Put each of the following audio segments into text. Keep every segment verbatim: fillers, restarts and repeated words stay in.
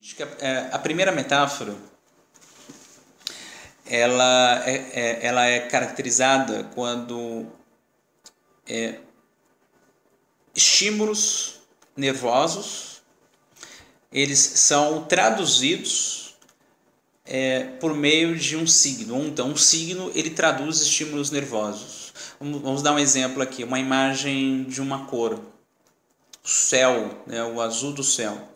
Acho que a, a primeira metáfora ela é, é, ela é caracterizada quando é, estímulos nervosos eles são traduzidos é, por meio de um signo. Então, um signo ele traduz estímulos nervosos. Vamos, vamos dar um exemplo aqui, uma imagem de uma cor, o céu, né, o azul do céu.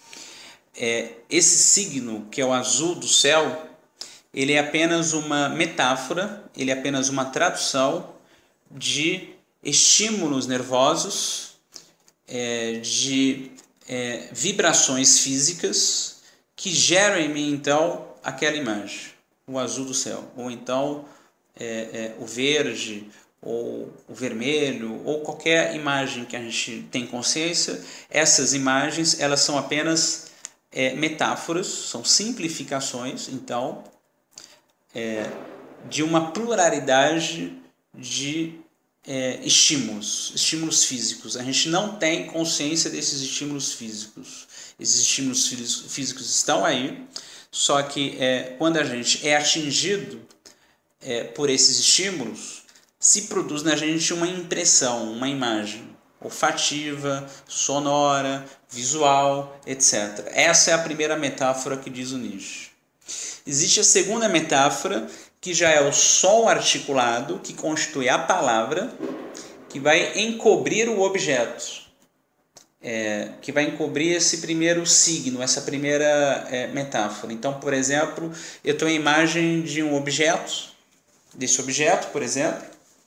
É, esse signo, que é o azul do céu, ele é apenas uma metáfora, ele é apenas uma tradução de estímulos nervosos, é, de é, vibrações físicas que geram em mim, então, aquela imagem, o azul do céu, ou então é, é, o verde, ou o vermelho, ou qualquer imagem que a gente tem consciência. Essas imagens elas são apenas é, metáforas, são simplificações, então, é, de uma pluralidade de é, estímulos, estímulos físicos. A gente não tem consciência desses estímulos físicos. Esses estímulos físicos estão aí, só que é, quando a gente é atingido é, por esses estímulos, se produz na gente uma impressão, uma imagem olfativa, sonora, visual, etcétera. Essa é a primeira metáfora que diz o Nietzsche. Existe a segunda metáfora, que já é o som articulado, que constitui a palavra, que vai encobrir o objeto, é, que vai encobrir esse primeiro signo, essa primeira é, metáfora. Então, por exemplo, eu tenho a imagem de um objeto, desse objeto, por exemplo.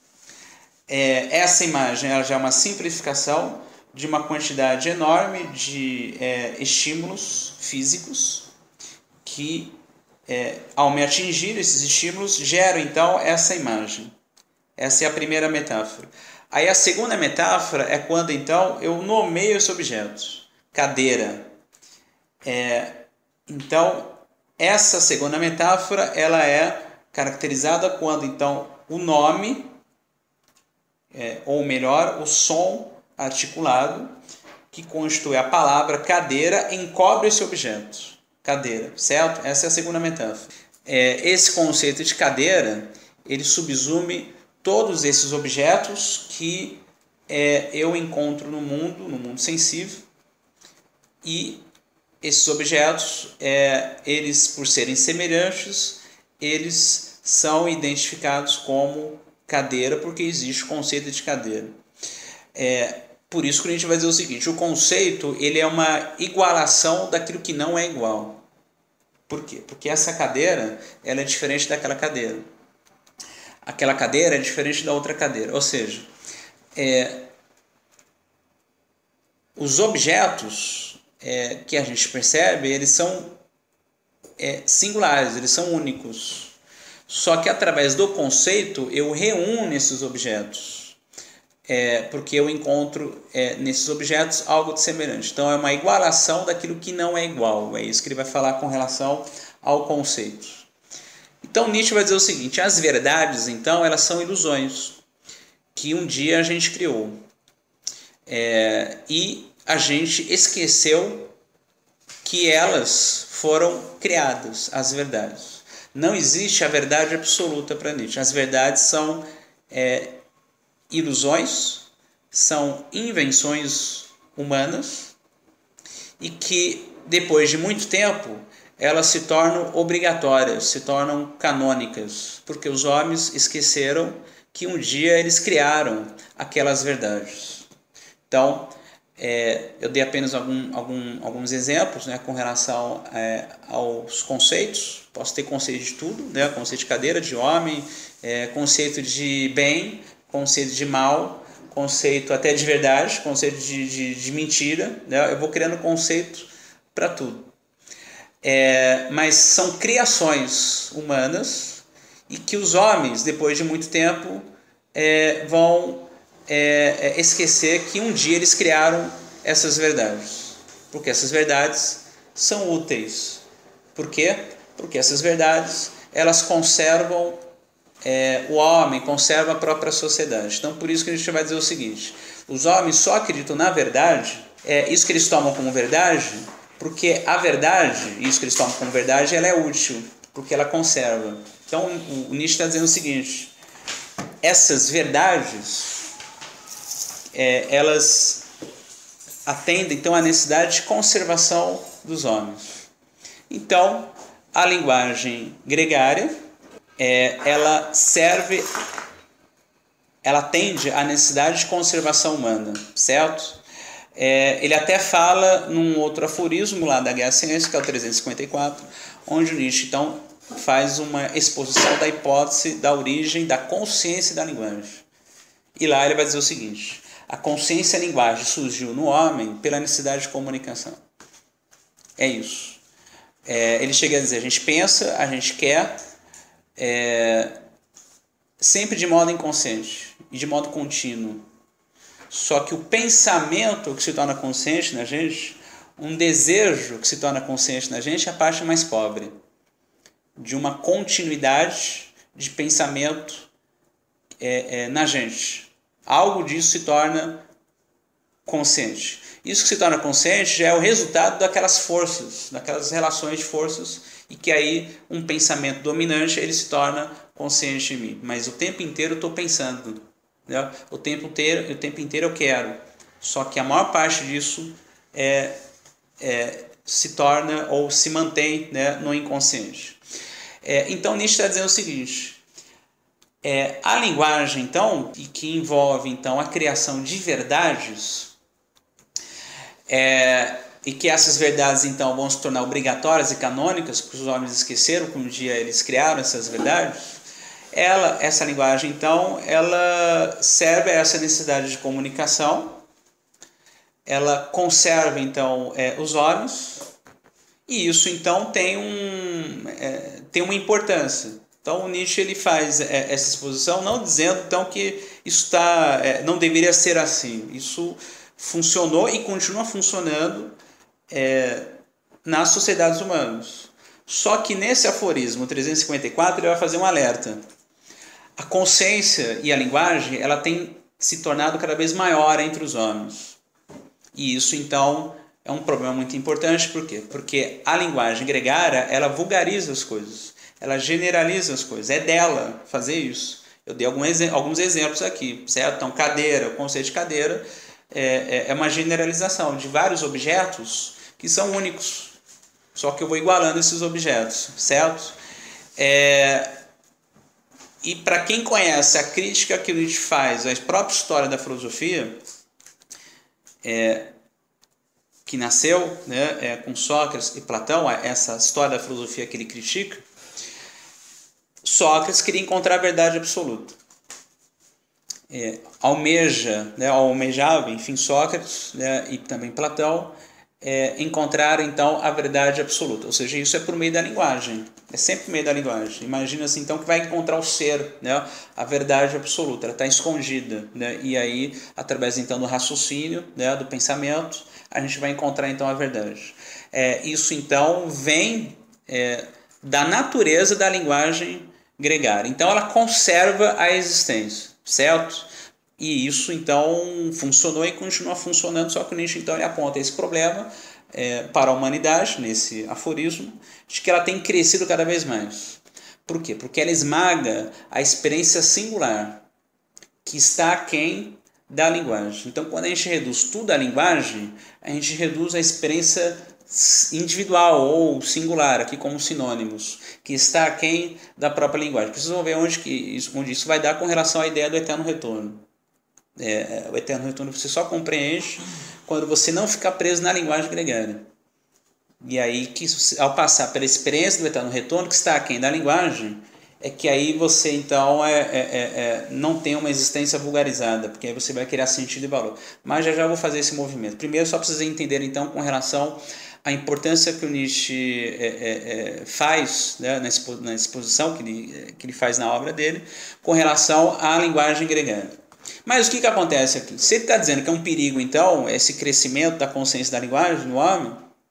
É, essa imagem ela já é uma simplificação de uma quantidade enorme de é, estímulos físicos que, é, ao me atingir esses estímulos, geram então essa imagem. Essa é a primeira metáfora. Aí a segunda metáfora é quando então eu nomeio esse objeto, cadeira. É, então essa segunda metáfora ela é caracterizada quando então o nome É, ou melhor, o som articulado que constitui a palavra cadeira encobre esse objeto, cadeira, certo? Essa é a segunda metáfora. É, esse conceito de cadeira, ele subsume todos esses objetos que é, eu encontro no mundo, no mundo sensível, e esses objetos, é, eles por serem semelhantes, eles são identificados como cadeira, porque existe o conceito de cadeira. É, por isso que a gente vai dizer o seguinte: o conceito ele é uma igualação daquilo que não é igual. Por quê? Porque essa cadeira ela é diferente daquela cadeira. Aquela cadeira é diferente da outra cadeira. Ou seja, é, os objetos é, que a gente percebe, eles são é, singulares, eles são únicos. Só que através do conceito eu reúno esses objetos, é, porque eu encontro é, nesses objetos algo de semelhante. Então é uma igualação daquilo que não é igual. É isso que ele vai falar com relação ao conceito. Então Nietzsche vai dizer o seguinte: as verdades, então, elas são ilusões que um dia a gente criou. É, e a gente esqueceu que elas foram criadas, as verdades. Não existe a verdade absoluta para Nietzsche. As verdades são é, ilusões, são invenções humanas e que, depois de muito tempo, elas se tornam obrigatórias, se tornam canônicas, porque os homens esqueceram que um dia eles criaram aquelas verdades. Então, é, eu dei apenas algum, algum, alguns exemplos, né, com relação é, aos conceitos. Posso ter conceito de tudo, né, conceito de cadeira, de homem, é, conceito de bem, conceito de mal, conceito até de verdade, conceito de, de, de mentira, né? Eu vou criando conceito para tudo. É, mas são criações humanas e que os homens, depois de muito tempo, é, vão É, é esquecer que um dia eles criaram essas verdades, porque essas verdades são úteis. Por quê? Porque essas verdades elas conservam é, o homem, conservam a própria sociedade. Então por isso que a gente vai dizer o seguinte: os homens só acreditam na verdade, é, isso que eles tomam como verdade Porque a verdade, isso que eles tomam como verdade, ela é útil, porque ela conserva. Então o Nietzsche está dizendo o seguinte: essas verdades, é, elas atendem então à necessidade de conservação dos homens. Então a linguagem gregária, é, ela serve, ela atende à necessidade de conservação humana, certo? É, ele até fala num outro aforismo lá da Guerra à Ciência, que é o trezentos e cinquenta e quatro, onde o Nietzsche então faz uma exposição da hipótese da origem da consciência da linguagem. E lá ele vai dizer o seguinte: a consciência e a linguagem surgiu no homem pela necessidade de comunicação. É isso. É, ele chega a dizer, a gente pensa, a gente quer, é, sempre de modo inconsciente e de modo contínuo. Só que o pensamento que se torna consciente na gente, um desejo que se torna consciente na gente, é a parte mais pobre de uma continuidade de pensamento é, é, na gente. Algo disso se torna consciente. Isso que se torna consciente já é o resultado daquelas forças, daquelas relações de forças, e que aí um pensamento dominante ele se torna consciente em mim. Mas o tempo inteiro eu estou pensando, né? o, tempo inteiro, o tempo inteiro eu quero. Só que a maior parte disso é, é, se torna ou se mantém, né, no inconsciente. É, então Nietzsche está dizendo o seguinte: é, a linguagem então, que envolve então a criação de verdades, É, e que essas verdades então vão se tornar obrigatórias e canônicas, porque os homens esqueceram que um dia eles criaram essas verdades. Ela, essa linguagem então, ela serve a essa necessidade de comunicação, ela conserva então é, os homens, e isso então tem, um, é, tem uma importância. Então o Nietzsche ele faz é, essa exposição não dizendo então que isso tá, é, não deveria ser assim. Isso funcionou e continua funcionando é, nas sociedades humanas. Só que nesse aforismo trezentos e cinquenta e quatro ele vai fazer um alerta. A consciência e a linguagem ela tem se tornado cada vez maior entre os homens. E isso então é um problema muito importante. Por quê? Porque a linguagem gregária ela vulgariza as coisas, ela generaliza as coisas, é dela fazer isso. Eu dei alguns exemplos aqui, certo? Então cadeira, o conceito de cadeira é uma generalização de vários objetos que são únicos, só que eu vou igualando esses objetos, certo? É, e para quem conhece a crítica que Nietzsche faz à própria história da filosofia, é, que nasceu, né, é, com Sócrates e Platão, essa história da filosofia que ele critica, Sócrates queria encontrar a verdade absoluta. É, almeja, né, almejava, enfim, Sócrates, né, e também Platão, é, encontraram então a verdade absoluta. Ou seja, isso é por meio da linguagem, é sempre por meio da linguagem. Imagina assim, então, que vai encontrar o ser, né, a verdade absoluta, ela está escondida, né, e aí, através então do raciocínio, né, do pensamento, a gente vai encontrar então a verdade. É, isso então vem é, da natureza da linguagem gregária. Então ela conserva a existência, certo? E isso então funcionou e continua funcionando, só que o Nietzsche então ele aponta esse problema é, para a humanidade, nesse aforismo, de que ela tem crescido cada vez mais. Por quê? Porque ela esmaga a experiência singular, que está aquém da linguagem. Então quando a gente reduz tudo à linguagem, a gente reduz a experiência individual ou singular, aqui como sinônimos, que está aquém da própria linguagem. Precisam ver onde, que isso, onde isso vai dar com relação à ideia do eterno retorno. É, o eterno retorno você só compreende quando você não ficar preso na linguagem gregária. E aí, que ao passar pela experiência do eterno retorno, que está aquém da linguagem, é que aí você então é, é, é, não tem uma existência vulgarizada, porque aí você vai criar sentido e valor. Mas já já vou fazer esse movimento. Primeiro, só precisa entender então com relação à importância que o Nietzsche é, é, é, faz, né, na exposição que ele, que ele faz na obra dele, com relação à linguagem gregária. Mas o que, que acontece aqui? Se ele está dizendo que é um perigo, então, esse crescimento da consciência da linguagem no homem,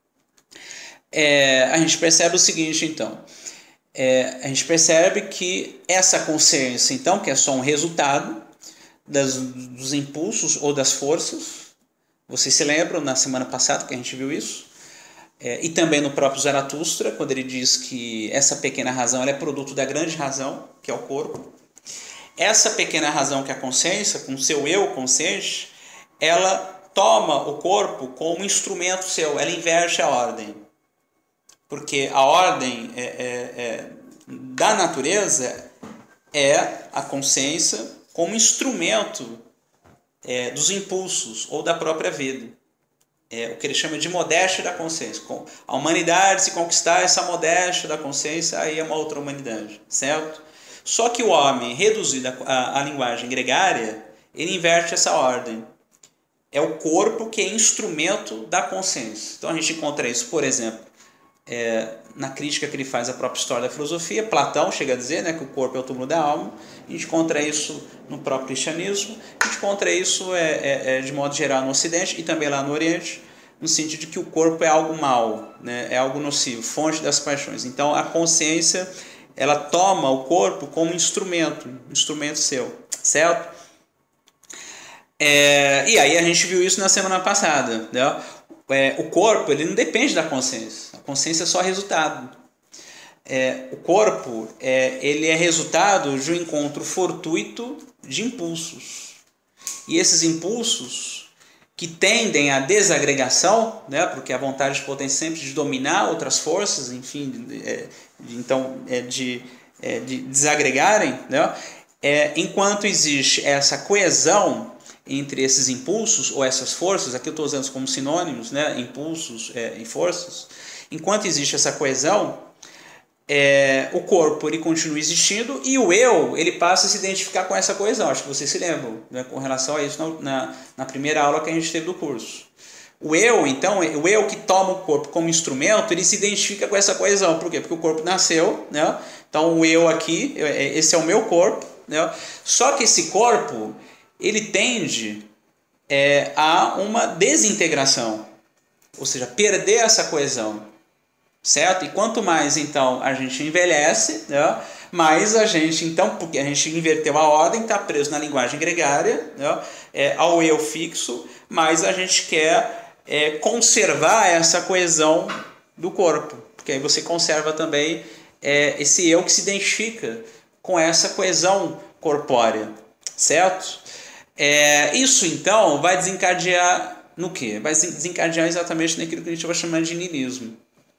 é, a gente percebe o seguinte, então. É, a gente percebe que essa consciência, então, que é só um resultado das, dos impulsos ou das forças, vocês se lembram na semana passada que a gente viu isso? É, e também no próprio Zaratustra, quando ele diz que essa pequena razão ela é produto da grande razão, que é o corpo. Essa pequena razão, que é a consciência, com seu eu consciente, ela toma o corpo como instrumento seu, ela inverte a ordem. Porque a ordem é, é, é, da natureza é a consciência como instrumento é, dos impulsos ou da própria vida. É o que ele chama de modéstia da consciência. A humanidade, se conquistar essa modéstia da consciência, aí é uma outra humanidade, certo? Só que o homem, reduzido à linguagem gregária, ele inverte essa ordem. É o corpo que é instrumento da consciência. Então a gente encontra isso, por exemplo, é, na crítica que ele faz à própria história da filosofia. Platão chega a dizer, né, que o corpo é o túmulo da alma. A gente encontra isso no próprio cristianismo. A gente encontra isso é, é, é, de modo geral no Ocidente e também lá no Oriente, no sentido de que o corpo é algo mau, né, é algo nocivo, fonte das paixões. Então a consciência, ela toma o corpo como instrumento, instrumento seu, certo? É, e aí a gente viu isso na semana passada, né? É, o corpo, ele não depende da consciência. A consciência é só resultado. É, o corpo, é, ele é resultado de um encontro fortuito de impulsos. E esses impulsos, que tendem à desagregação, né? Porque a vontade potente sempre de dominar outras forças, enfim, é, de, então, é, de, é, de desagregarem, né? É, enquanto existe essa coesão entre esses impulsos ou essas forças, aqui eu estou usando como sinônimos, né? Impulsos é, e forças, enquanto existe essa coesão, é, o corpo ele continua existindo e o eu ele passa a se identificar com essa coesão. Acho que vocês se lembram, né, com relação a isso na, na, na primeira aula que a gente teve do curso. O eu, então, o eu que toma o corpo como instrumento, ele se identifica com essa coesão. Por quê? Porque o corpo nasceu, né? Então o eu aqui, esse é o meu corpo, né? Só que esse corpo ele tende é, a uma desintegração, ou seja, perder essa coesão, certo? E quanto mais então a gente envelhece, né, mais a gente, então, porque a gente inverteu a ordem, está preso na linguagem gregária, né, é, ao eu fixo, mais a gente quer é, conservar essa coesão do corpo, porque aí você conserva também é, esse eu que se identifica com essa coesão corpórea, certo? É, isso então vai desencadear no quê? Vai desencadear exatamente naquilo que a gente vai chamar de niilismo.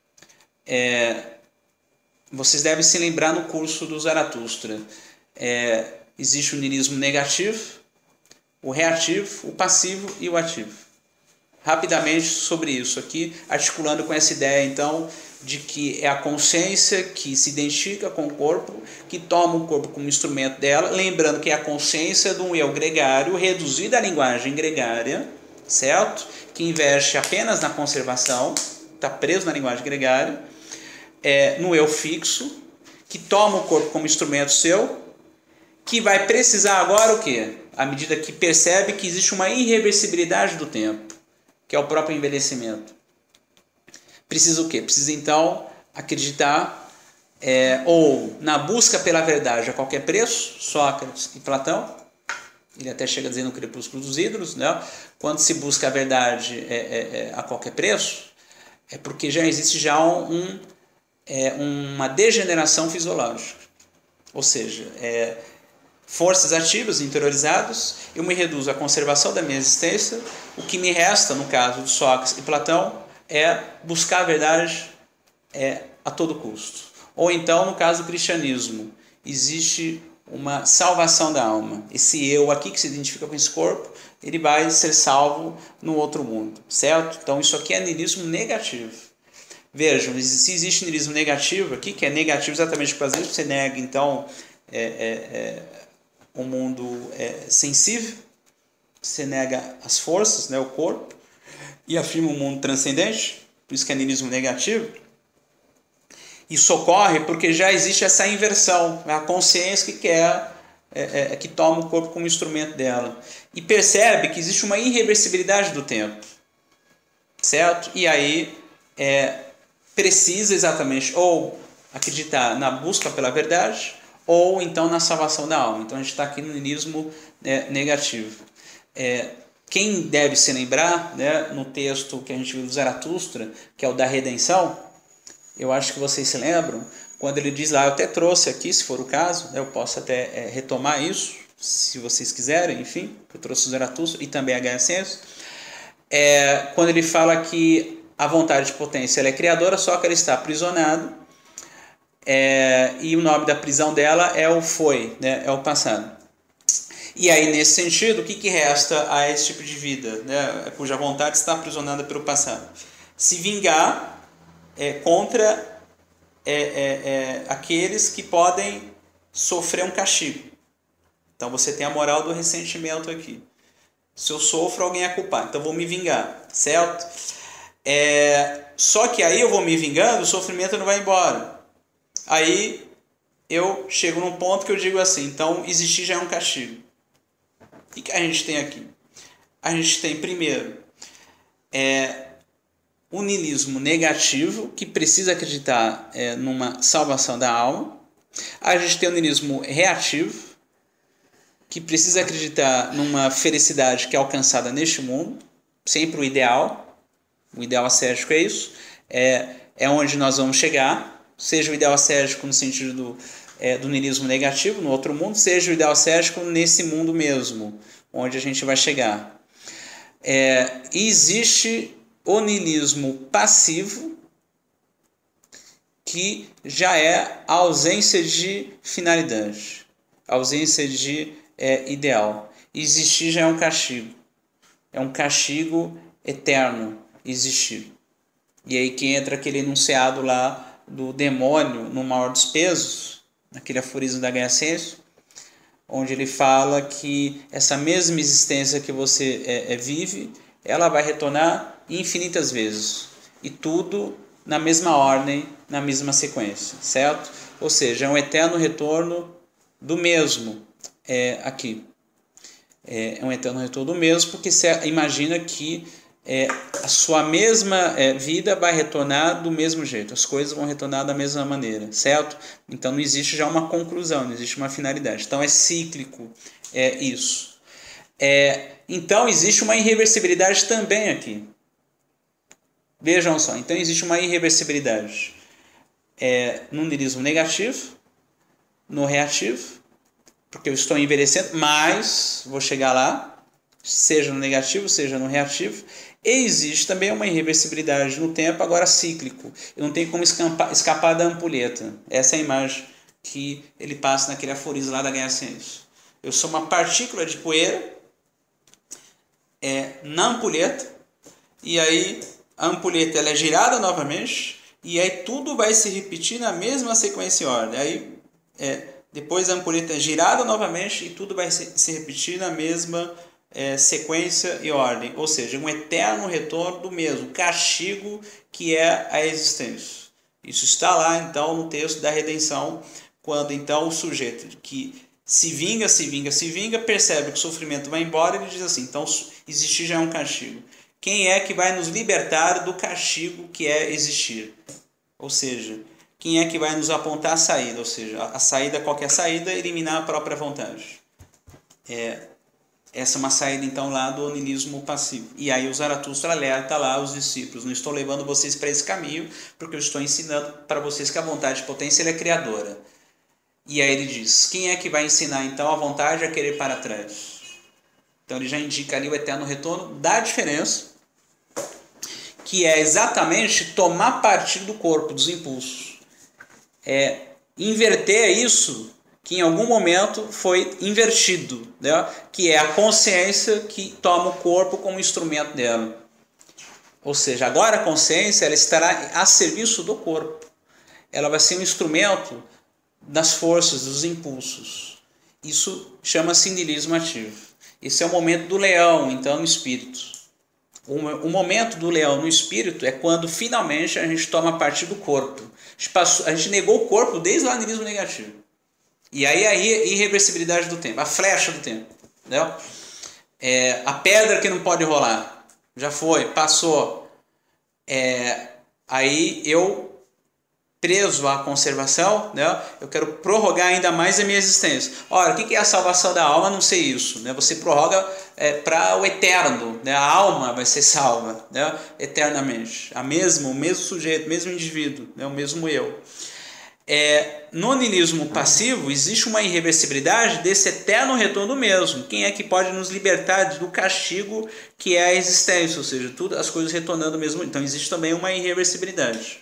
É, vocês devem se lembrar no curso do Zaratustra. É, existe o niilismo negativo, o reativo, o passivo e o ativo. Rapidamente sobre isso aqui, articulando com essa ideia então de que é a consciência que se identifica com o corpo, que toma o corpo como instrumento dela, lembrando que é a consciência de um eu gregário, reduzida à linguagem gregária, certo? Que investe apenas na conservação, está preso na linguagem gregária, é, no eu fixo, que toma o corpo como instrumento seu, que vai precisar agora o quê? À medida que percebe que existe uma irreversibilidade do tempo, que é o próprio envelhecimento. Precisa o quê? Precisa, então, acreditar é, ou na busca pela verdade a qualquer preço, Sócrates e Platão, ele até chega a dizer no Crepúsculo dos Ídolos, né? Quando se busca a verdade é, é, é, a qualquer preço, é porque já existe já um, é, uma degeneração fisiológica. Ou seja, é, forças ativas interiorizadas, eu me reduzo à conservação da minha existência, o que me resta, no caso de Sócrates e Platão, é buscar a verdade é, a todo custo. Ou então, no caso do cristianismo, existe uma salvação da alma. Esse eu aqui que se identifica com esse corpo, ele vai ser salvo no outro mundo, certo? Então isso aqui é niilismo negativo. Vejam, se existe niilismo negativo aqui, que é negativo exatamente por causa disso, você nega então é, é, é, o mundo é, sensível, você nega as forças, né, o corpo, e afirma um mundo transcendente, por isso que é niilismo negativo. Isso ocorre porque já existe essa inversão, a consciência que quer, é, é, que toma o corpo como instrumento dela, e percebe que existe uma irreversibilidade do tempo, certo? E aí é, precisa exatamente ou acreditar na busca pela verdade, ou então na salvação da alma. Então a gente está aqui no niilismo é, negativo. É, Quem deve se lembrar, né, no texto que a gente viu do Zaratustra, que é o da redenção, eu acho que vocês se lembram, quando ele diz lá, eu até trouxe aqui, se for o caso, né, eu posso até é, retomar isso, se vocês quiserem, enfim, eu trouxe o Zaratustra e também a Gaia Senso, é, quando ele fala que a vontade de potência ela é criadora, só que ela está aprisionada, é, e o nome da prisão dela é o foi, né, é o passado. E aí, nesse sentido, o que, que resta a esse tipo de vida, né, cuja vontade está aprisionada pelo passado? Se vingar é, contra é, é, é, aqueles que podem sofrer um castigo. Então, você tem a moral do ressentimento aqui. Se eu sofro, alguém é culpado, então vou me vingar, certo? É, só que aí eu vou me vingando, o sofrimento não vai embora. Aí eu chego num ponto que eu digo assim, então existir já é um castigo. O que a gente tem aqui? A gente tem, primeiro, é, o niilismo negativo, que precisa acreditar é, numa salvação da alma. A gente tem o niilismo reativo, que precisa acreditar numa felicidade que é alcançada neste mundo, sempre o ideal. O ideal ascético é isso, é, é onde nós vamos chegar, seja o ideal ascético no sentido do É, do niilismo negativo no outro mundo, seja o ideal ascético nesse mundo mesmo, onde a gente vai chegar. É, existe o niilismo passivo, que já é a ausência de finalidade, a ausência de é, ideal. Existir já é um castigo, é um castigo eterno existir. E aí que entra aquele enunciado lá do demônio no maior dos pesos, naquele aforismo da Gaia Senso, onde ele fala que essa mesma existência que você é, é, vive, ela vai retornar infinitas vezes. E tudo na mesma ordem, na mesma sequência, certo? Ou seja, é um eterno retorno do mesmo é, aqui. É, é um eterno retorno do mesmo, porque você imagina que É, a sua mesma é, vida vai retornar do mesmo jeito, as coisas vão retornar da mesma maneira, certo? Então não existe já uma conclusão, não existe uma finalidade. Então é cíclico é, isso. É, então existe uma irreversibilidade também aqui. Vejam só, então existe uma irreversibilidade é, no niilismo negativo, no reativo, porque eu estou envelhecendo, mas vou chegar lá, seja no negativo, seja no reativo. E existe também uma irreversibilidade no tempo, agora cíclico. Eu não tenho como escapar, escapar da ampulheta. Essa é a imagem que ele passa naquele aforismo lá da Gaia Senso. Eu sou uma partícula de poeira é, na ampulheta, e aí a ampulheta ela é girada novamente, e aí tudo vai se repetir na mesma sequência e ordem. Aí, é, depois a ampulheta é girada novamente, e tudo vai se, se repetir na mesma É, sequência e ordem, ou seja, um eterno retorno do mesmo, castigo que é a existência. Isso está lá então no texto da redenção, quando então o sujeito que se vinga, se vinga, se vinga, percebe que o sofrimento vai embora e ele diz assim, então existir já é um castigo. Quem é que vai nos libertar do castigo que é existir? Ou seja, quem é que vai nos apontar a saída? Ou seja, a saída, qualquer saída, eliminar a própria vontade. É... Essa é uma saída, então, lá do niilismo passivo. E aí o Zaratustra alerta lá os discípulos, não estou levando vocês para esse caminho, porque eu estou ensinando para vocês que a vontade de potência ela é criadora. E aí ele diz, quem é que vai ensinar, então, a vontade a querer para trás? Então ele já indica ali o eterno retorno da diferença, que é exatamente tomar partido do corpo, dos impulsos. É inverter isso que em algum momento foi invertido, né? Que é a consciência que toma o corpo como instrumento dela. Ou seja, agora a consciência ela estará a serviço do corpo. Ela vai ser um instrumento das forças, dos impulsos. Isso chama-se niilismo ativo. Esse é o momento do leão, então, no espírito. O momento do leão no espírito é quando finalmente a gente toma partido do corpo. A gente, passou, a gente negou o corpo desde lá no niilismo negativo. E aí a irreversibilidade do tempo, a flecha do tempo, entendeu? É, a pedra que não pode rolar, já foi, passou. É, aí eu preso à conservação, né? Eu quero prorrogar ainda mais a minha existência. Ora, o que é a salvação da alma? Não sei isso, né? Você prorroga é, para o eterno, né? A alma vai ser salva, né? Eternamente. A mesmo, o mesmo sujeito, o mesmo indivíduo, né? O mesmo eu. É, no niilismo passivo existe uma irreversibilidade desse eterno retorno mesmo. Quem é que pode nos libertar do castigo que é a existência? Ou seja, tudo, as coisas retornando mesmo. Então existe também uma irreversibilidade.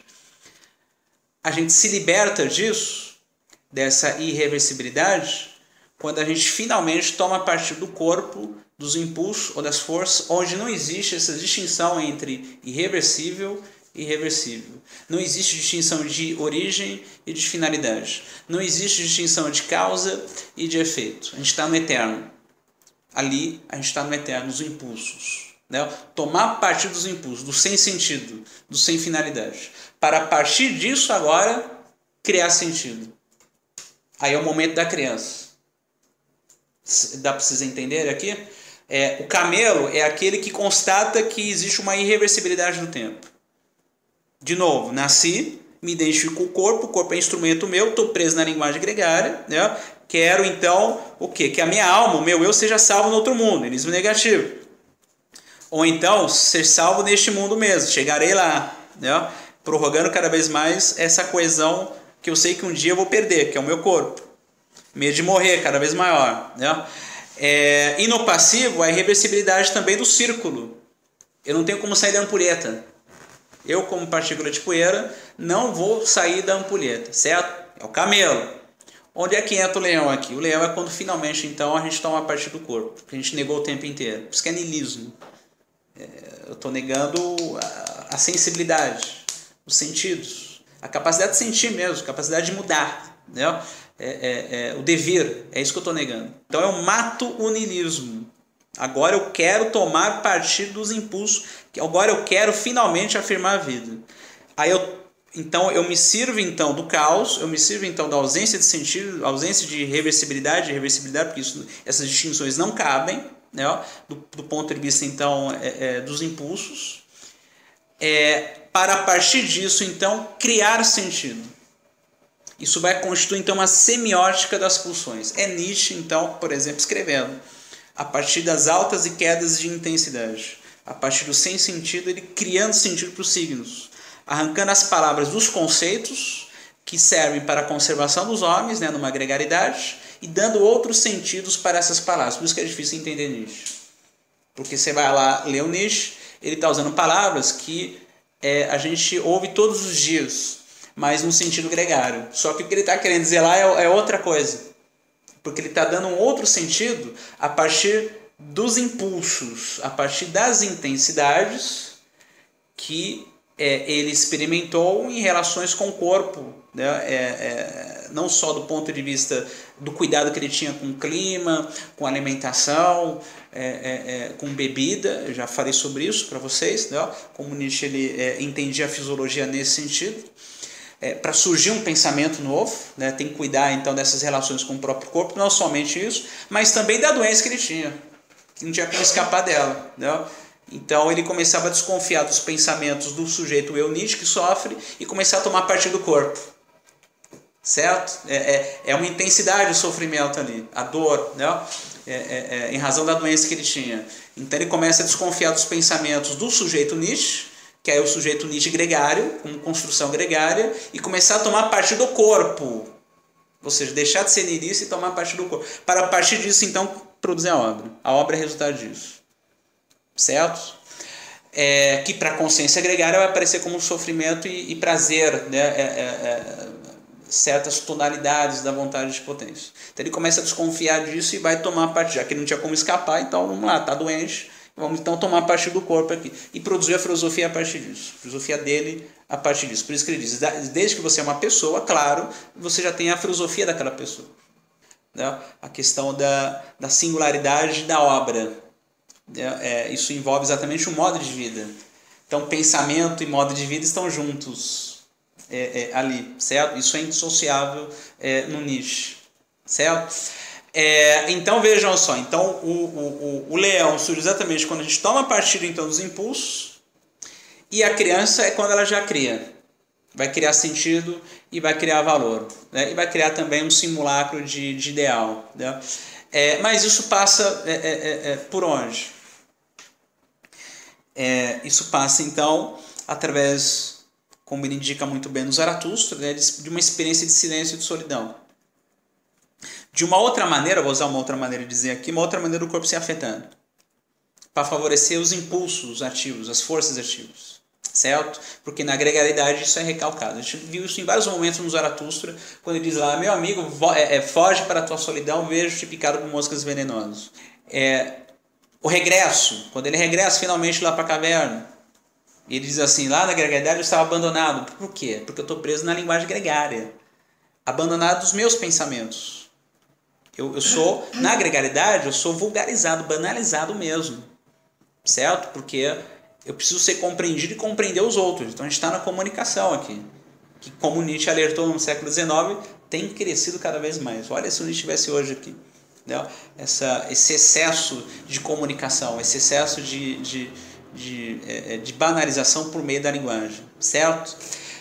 A gente se liberta disso, dessa irreversibilidade, quando a gente finalmente toma partido do corpo, dos impulsos ou das forças, onde não existe essa distinção entre irreversível e irreversível. Não existe distinção de origem e de finalidade. Não existe distinção de causa e de efeito. A gente está no eterno. Ali a gente está no eterno, nos impulsos. Né? Tomar partido dos impulsos, do sem sentido, do sem finalidade. Para a partir disso agora criar sentido. Aí é o momento da criança. Dá para vocês entenderem aqui? É, o camelo é aquele que constata que existe uma irreversibilidade do tempo. De novo, nasci, me identifico com o corpo, o corpo é instrumento meu, estou preso na linguagem gregária, né? Quero então o quê? Que a minha alma, o meu eu, seja salvo no outro mundo, niilismo negativo. Ou então ser salvo neste mundo mesmo, chegarei lá, né? Prorrogando cada vez mais essa coesão que eu sei que um dia eu vou perder, que é o meu corpo. Medo de morrer cada vez maior, né? É, e no passivo, a irreversibilidade também do círculo. Eu não tenho como sair da ampulheta. Eu, como partícula de poeira, não vou sair da ampulheta, certo? É o camelo. Onde é que entra o leão aqui? O leão é quando finalmente, então, a gente toma parte do corpo, que a gente negou o tempo inteiro. Por isso que é niilismo. É, eu estou negando a, a sensibilidade, os sentidos, a capacidade de sentir mesmo, a capacidade de mudar, né? É, é, é, o devir, é isso que eu estou negando. Então eu mato o niilismo. Agora eu quero tomar partido dos impulsos, agora eu quero finalmente afirmar a vida. Aí eu, então eu me sirvo então do caos, eu me sirvo então da ausência de sentido, ausência de reversibilidade, reversibilidade, porque isso, essas distinções não cabem, né? do, do ponto de vista então é, é, dos impulsos, é, para a partir disso então criar sentido. Isso vai constituir então uma semiótica das pulsões. É Nietzsche então, por exemplo, escrevendo a partir das altas e quedas de intensidade, a partir do sem sentido, ele criando sentido para os signos, arrancando as palavras dos conceitos que servem para a conservação dos homens, né, numa gregaridade, e dando outros sentidos para essas palavras. Por isso que é difícil entender Nietzsche. Porque você vai lá ler o Nietzsche, ele está usando palavras que é, a gente ouve todos os dias, mas no sentido gregário. Só que o que ele está querendo dizer lá é, é outra coisa. Porque ele está dando um outro sentido a partir dos impulsos, a partir das intensidades que é, ele experimentou em relações com o corpo, né? é, é, não só do ponto de vista do cuidado que ele tinha com o clima, com alimentação, é, é, é, com bebida. Eu já falei sobre isso para vocês, né? Como Nietzsche ele, é, entendia a fisiologia nesse sentido. É, para surgir um pensamento novo, né, tem que cuidar então dessas relações com o próprio corpo, não somente isso, mas também da doença que ele tinha, que não tinha como escapar dela, né? Então ele começava a desconfiar dos pensamentos do sujeito eu Nietzsche que sofre e começar a tomar partido do corpo, certo? É, é, é uma intensidade o sofrimento ali, a dor, né? é, é, é, em razão da doença que ele tinha. Então ele começa a desconfiar dos pensamentos do sujeito Nietzsche, que é o sujeito Nietzsche gregário, com construção gregária, e começar a tomar parte do corpo. Ou seja, deixar de ser niilista e tomar parte do corpo. Para a partir disso, então, produzir a obra. A obra é resultado disso. Certo? É, que para a consciência gregária vai aparecer como sofrimento e, e prazer, né? é, é, é, certas tonalidades da vontade de potência. Então ele começa a desconfiar disso e vai tomar parte, já que ele não tinha como escapar, então vamos lá, está doente, vamos então tomar parte do corpo aqui. E produzir a filosofia a partir disso. A filosofia dele a partir disso. Por isso que ele diz, desde que você é uma pessoa, claro, você já tem a filosofia daquela pessoa. Né? A questão da, da singularidade da obra. É, isso envolve exatamente o modo de vida. Então, pensamento e modo de vida estão juntos é, é, ali, certo? Isso é indissociável é, no Nietzsche, certo? É, então vejam só, então o, o, o leão surge exatamente quando a gente toma partido então dos impulsos, e a criança é quando ela já cria. vai criar sentido e vai criar valor, né? E vai criar também um simulacro de, de ideal, né? É, mas isso passa é, é, é, por onde? É, isso passa então através, como ele indica muito bem no Zaratustra, né, de uma experiência de silêncio e de solidão. De uma outra maneira, vou usar uma outra maneira de dizer aqui, uma outra maneira do corpo se afetando, para favorecer os impulsos ativos, as forças ativas, certo? Porque na gregariedade isso é recalcado. A gente viu isso em vários momentos no Zaratustra, quando ele diz lá, meu amigo, foge para a tua solidão, vejo-te picado por moscas venenosas. É, o regresso, quando ele regressa finalmente lá para a caverna, ele diz assim, lá na gregariedade eu estava abandonado. Por quê? Porque eu estou preso na linguagem gregária, abandonado dos meus pensamentos. Eu, eu sou, na gregariedade, eu sou vulgarizado, banalizado mesmo, certo? Porque eu preciso ser compreendido e compreender os outros. Então a gente está na comunicação aqui, que como Nietzsche alertou no século dezenove, tem crescido cada vez mais. Olha se o Nietzsche estivesse hoje aqui. Né? Essa, esse excesso de comunicação, esse excesso de, de, de, de banalização por meio da linguagem, certo?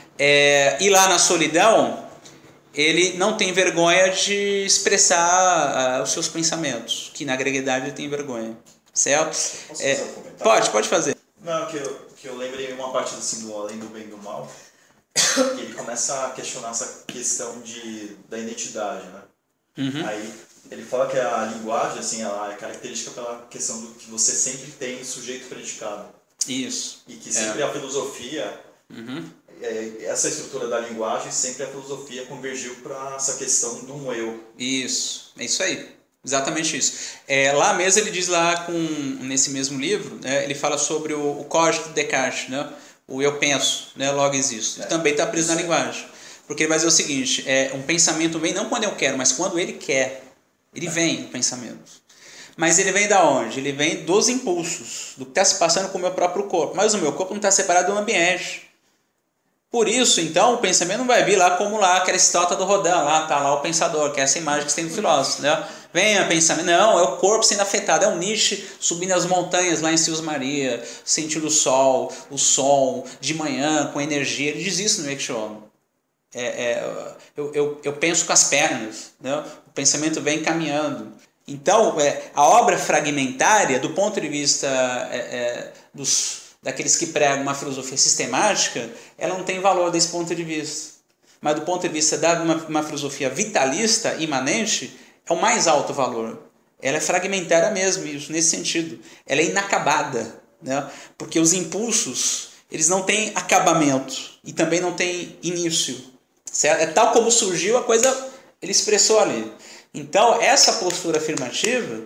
É, e lá na solidão, ele não tem vergonha de expressar uh, os seus pensamentos, que na gregariedade ele tem vergonha, certo? Posso é, fazer um comentário? Pode, pode fazer. Não, que eu, que eu lembrei uma parte assim, do Além do Bem e do Mal, que ele começa a questionar essa questão de, da identidade, né? Uhum. Aí ele fala que a linguagem assim, ela é característica pela questão do que você sempre tem sujeito predicado. Isso. E que sempre é. a filosofia, uhum. é, essa estrutura da linguagem, sempre a filosofia convergiu para essa questão de um eu. Isso, é isso aí. Exatamente isso. É, lá mesmo ele diz lá, com, nesse mesmo livro, né, ele fala sobre o, o código de Descartes, né, o eu penso, né, logo existo. Ele é. também está preso na linguagem. Porque ele vai dizer o seguinte, é, um pensamento vem não quando eu quero, mas quando ele quer. Ele é. vem, o pensamento. Mas ele vem da onde? Ele vem dos impulsos, do que está se passando com o meu próprio corpo. Mas o meu corpo não está separado do ambiente. Por isso, então, o pensamento não vai vir lá como lá aquela estátua do Rodin, lá está lá o pensador, que é essa imagem que você tem do filósofo, né? Venha pensamento, não, é o corpo sendo afetado, é o Nietzsche subindo as montanhas lá em Sils Maria, sentindo o sol, o som, de manhã, com energia, ele diz isso no Eixo. É, é, eu, eu, eu penso com as pernas, né? O pensamento vem caminhando. Então, é, a obra fragmentária, do ponto de vista é, é, dos... daqueles que pregam uma filosofia sistemática, ela não tem valor desse ponto de vista. Mas do ponto de vista de uma, uma filosofia vitalista, imanente, é o mais alto valor. Ela é fragmentária mesmo, isso, nesse sentido. Ela é inacabada, né? Porque os impulsos, eles não têm acabamento e também não têm início. Certo? É tal como surgiu, a coisa ele expressou ali. Então, essa postura afirmativa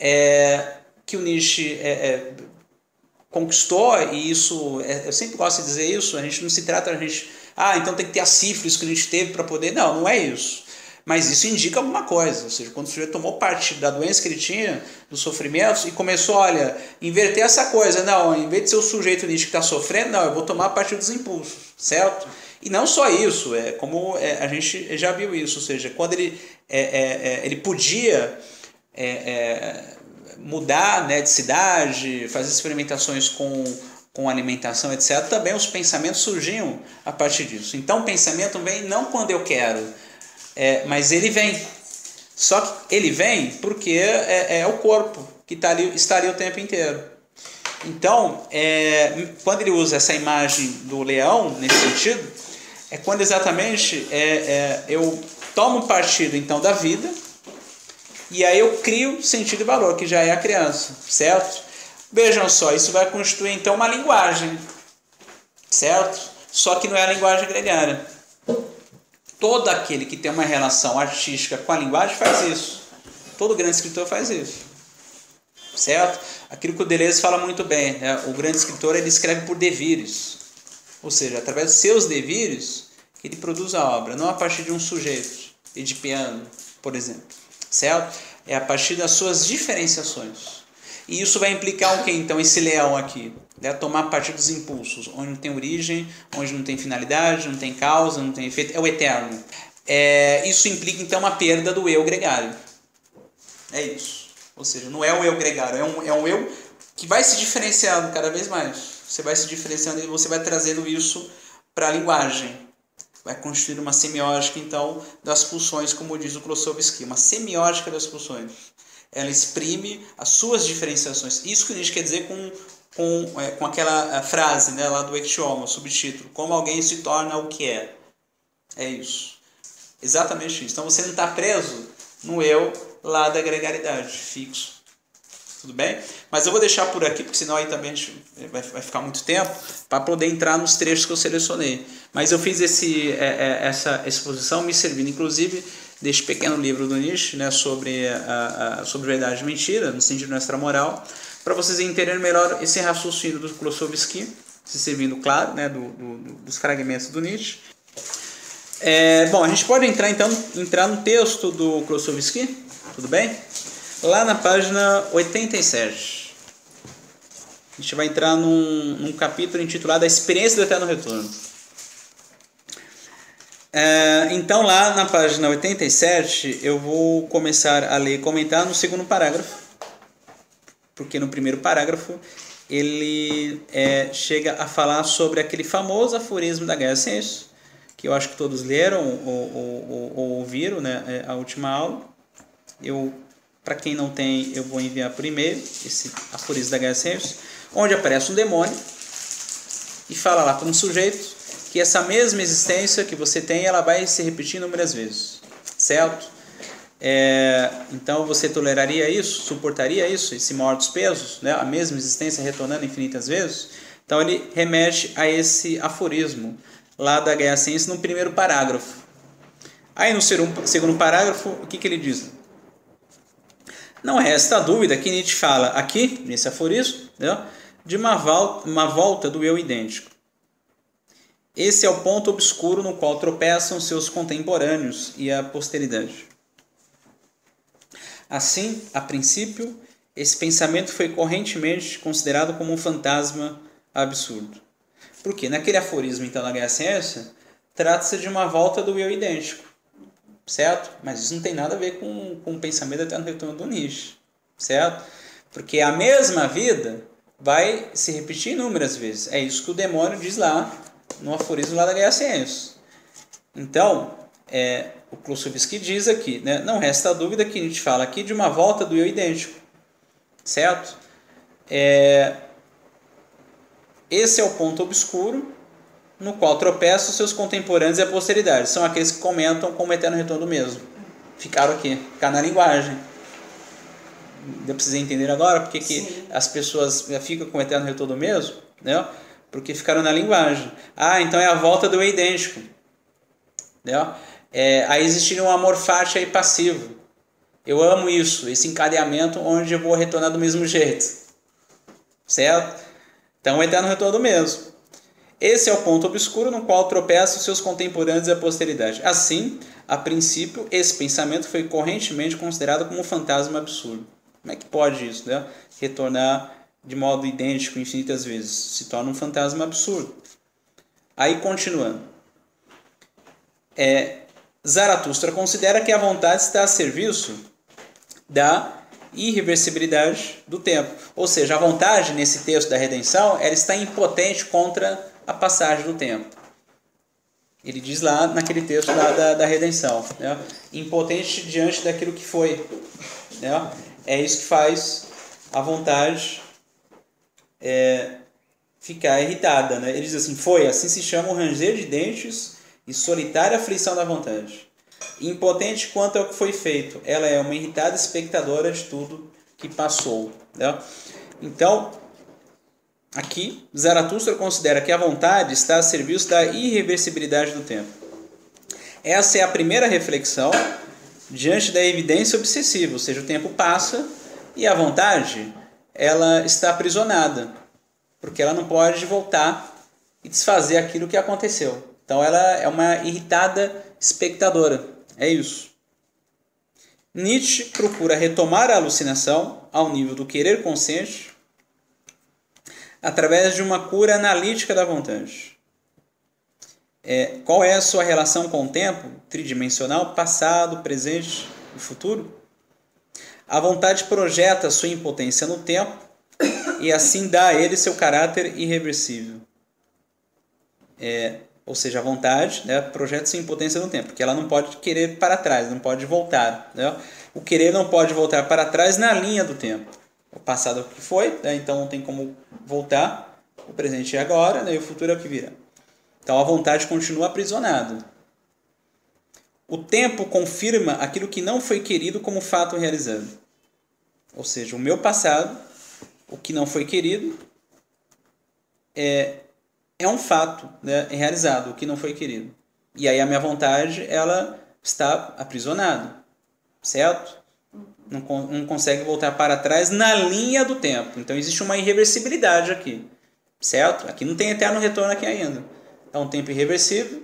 é que o Nietzsche... É, é, conquistou, e isso, eu sempre gosto de dizer isso, a gente não se trata, a gente, ah, então tem que ter a sífilis que a gente teve para poder, não, não é isso. Mas isso indica alguma coisa, ou seja, quando o sujeito tomou parte da doença que ele tinha, dos sofrimentos, e começou, olha, inverter essa coisa, não, em vez de ser o sujeito Nietzsche que está sofrendo, não, eu vou tomar a partir dos impulsos, certo? E não só isso, é como é, a gente já viu isso, ou seja, quando ele, é, é, é, ele podia... É, é, mudar, né, de cidade, fazer experimentações com, com alimentação, etcétera, também os pensamentos surgiam a partir disso. Então o pensamento vem não quando eu quero, é, mas ele vem. Só que ele vem porque é, é o corpo que tá ali, está ali o tempo inteiro. Então, é, quando ele usa essa imagem do leão, nesse sentido, é quando exatamente é, é, eu tomo partido então da vida, e aí eu crio sentido e valor, que já é a criança, certo? Vejam só, isso vai constituir então uma linguagem, certo? Só que não é a linguagem gregária. Todo aquele que tem uma relação artística com a linguagem faz isso. Todo grande escritor faz isso, certo? Aquilo que o Deleuze fala muito bem, né? O grande escritor ele escreve por devires, ou seja, através dos seus devires que ele produz a obra, não a partir de um sujeito, edipiano, por exemplo. Certo? É a partir das suas diferenciações. E isso vai implicar o que então? Esse leão aqui, né? Tomar parte dos impulsos, onde não tem origem, onde não tem finalidade, não tem causa, não tem efeito, é o eterno. É, isso implica então uma perda do eu gregário. É isso. Ou seja, não é o eu gregário, é um, é um eu que vai se diferenciando cada vez mais. Você vai se diferenciando e você vai trazendo isso para a linguagem. vai constituir uma semiótica, então, das pulsões, como diz o Klossowski, uma semiótica das pulsões. Ela exprime as suas diferenciações. Isso que a gente quer dizer com, com, é, com aquela frase, né, lá do Ectioma, o subtítulo, como alguém se torna o que é. É isso. Exatamente isso. Então você não está preso no eu lá da gregaridade, fixo. Tudo bem? Mas eu vou deixar por aqui, porque senão aí também a gente vai, vai ficar muito tempo, para poder entrar nos trechos que eu selecionei. Mas eu fiz esse, é, é, essa exposição me servindo, inclusive, deste pequeno livro do Nietzsche, né, sobre, a, a, sobre verdade e mentira, no sentido extramoral, para vocês entenderem melhor esse raciocínio do Klossowski, se servindo, claro, né, do, do, dos fragmentos do Nietzsche. É, bom, a gente pode entrar então entrar no texto do Klossowski, tudo bem? Lá na página oitenta e sete. A gente vai entrar num, num capítulo intitulado A Experiência do Eterno Retorno. É, então, lá na página oitenta e sete, eu vou começar a ler e comentar no segundo parágrafo, porque no primeiro parágrafo ele é, chega a falar sobre aquele famoso aforismo da Gaia Ciência, que eu acho que todos leram ou, ou, ou, ou ouviram, né, a última aula. Eu, para quem não tem, eu vou enviar por e-mail esse aforismo da Gaia Ciência, onde aparece um demônio e fala lá para um sujeito que essa mesma existência que você tem, ela vai se repetir inúmeras vezes, certo? É, então você toleraria isso, suportaria isso, esse maior dos pesos, né? A mesma existência retornando infinitas vezes? Então ele remete a esse aforismo lá da Gaia Ciência no primeiro parágrafo. Aí no segundo parágrafo, o que, que ele diz? Não resta dúvida que Nietzsche fala aqui, nesse aforismo, né, de uma volta, uma volta do eu idêntico. Esse é o ponto obscuro no qual tropeçam seus contemporâneos e a posteridade. Assim, a princípio, esse pensamento foi correntemente considerado como um fantasma absurdo. Porque naquele aforismo, então, na Gaia Ciência, trata-se de uma volta do eu idêntico, certo? Mas isso não tem nada a ver com, com o pensamento eterno retorno do Nietzsche, certo? Porque a mesma vida vai se repetir inúmeras vezes. É isso que o demônio diz lá no aforismo lá da Gaia Ciência. Então, é, o Klossowski diz aqui, né, não resta dúvida que a gente fala aqui de uma volta do eu idêntico, certo? É, esse é o ponto obscuro no qual tropeçam seus contemporâneos e a posteridade. São aqueles que comentam como eterno retorno mesmo. Ficaram aqui, ficaram na linguagem. Deu para vocês entenderem agora porque que as pessoas ficam com o eterno retorno mesmo? Né? Porque ficaram na linguagem. Ah, então é a volta do eu idêntico. Né? É, aí existiria um amor fati e passivo. Eu amo isso, esse encadeamento onde eu vou retornar do mesmo jeito. Certo? Então o eterno retorno mesmo. Esse é o ponto obscuro no qual tropeçam seus contemporâneos e a posteridade. Assim, a princípio, esse pensamento foi correntemente considerado como um fantasma absurdo. Como é que pode isso, né? Retornar de modo idêntico infinitas vezes. Se torna um fantasma absurdo. Aí, continuando. É, Zaratustra considera que a vontade está a serviço da irreversibilidade do tempo. Ou seja, a vontade, nesse texto da redenção, ela está impotente contra a passagem do tempo. Ele diz lá naquele texto lá da, da redenção, né? Impotente diante daquilo que foi, né? É isso que faz a vontade é, ficar irritada, né? Ele diz assim, foi, assim se chama o ranger de dentes e solitária aflição da vontade. Impotente quanto ao que foi feito, ela é uma irritada espectadora de tudo que passou, né? Então, aqui, Zaratustra considera que a vontade está a serviço da irreversibilidade do tempo. Essa é a primeira reflexão diante da evidência obsessiva, ou seja, o tempo passa e a vontade ela está aprisionada, porque ela não pode voltar e desfazer aquilo que aconteceu. Então ela é uma irritada espectadora, é isso. Nietzsche procura retomar a alucinação ao nível do querer consciente através de uma cura analítica da vontade. É, qual é a sua relação com o tempo tridimensional, passado, presente e futuro? A vontade projeta sua impotência no tempo e assim dá a ele seu caráter irreversível. É, Ou seja, a vontade, né, projeta-se em potência no tempo, porque ela não pode querer para trás, não pode voltar. Né? O querer não pode voltar para trás na linha do tempo. O passado é o que foi, né, então não tem como voltar. O presente é agora, né, e o futuro é o que virá. Então a vontade continua aprisionada. O tempo confirma aquilo que não foi querido como fato realizado. Ou seja, o meu passado, o que não foi querido, é, é um fato, né, realizado, o que não foi querido. E aí a minha vontade, ela está aprisionada, certo? Não, não consegue voltar para trás na linha do tempo. Então existe uma irreversibilidade aqui, certo? Aqui não tem eterno retorno aqui ainda. É um tempo irreversível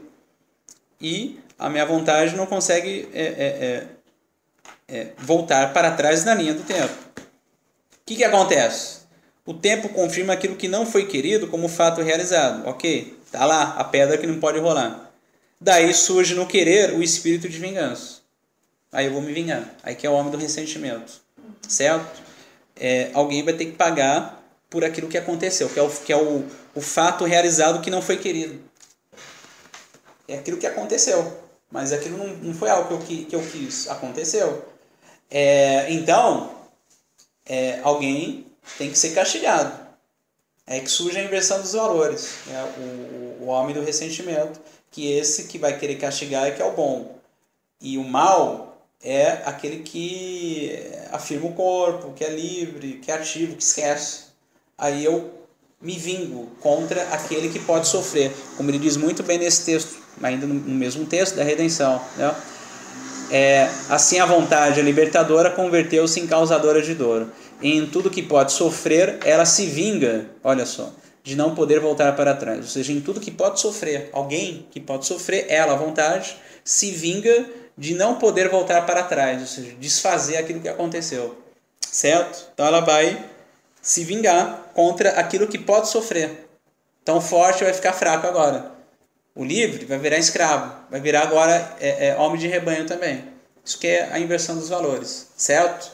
e a minha vontade não consegue é, é, é, é, voltar para trás na linha do tempo. O que, que acontece? O tempo confirma aquilo que não foi querido como fato realizado. Ok, está lá a pedra que não pode rolar. Daí surge no querer o espírito de vingança. Aí eu vou me vingar. Aí que é o homem do ressentimento. Certo? É, alguém vai ter que pagar por aquilo que aconteceu, que é, o, que é o, o fato realizado que não foi querido. É aquilo que aconteceu. Mas aquilo não, não foi algo que eu, que eu quis. Aconteceu. É, então, é, alguém tem que ser castigado. É que surge a inversão dos valores. Né? O, o homem do ressentimento, que esse que vai querer castigar é que é o bom. E o mal é aquele que afirma o corpo, que é livre, que é ativo, que esquece. Aí eu me vingo contra aquele que pode sofrer. Como ele diz muito bem nesse texto, ainda no mesmo texto da redenção. Né? É, assim a vontade, a libertadora, converteu-se em causadora de dor. E em tudo que pode sofrer, ela se vinga, olha só, de não poder voltar para trás. Ou seja, em tudo que pode sofrer, alguém que pode sofrer, ela, a vontade, se vinga de não poder voltar para trás, ou seja, desfazer aquilo que aconteceu. Certo? Então ela vai se vingar contra aquilo que pode sofrer. Então o forte vai ficar fraco agora. O livre vai virar escravo, vai virar agora é, é, homem de rebanho também. Isso que é a inversão dos valores, certo?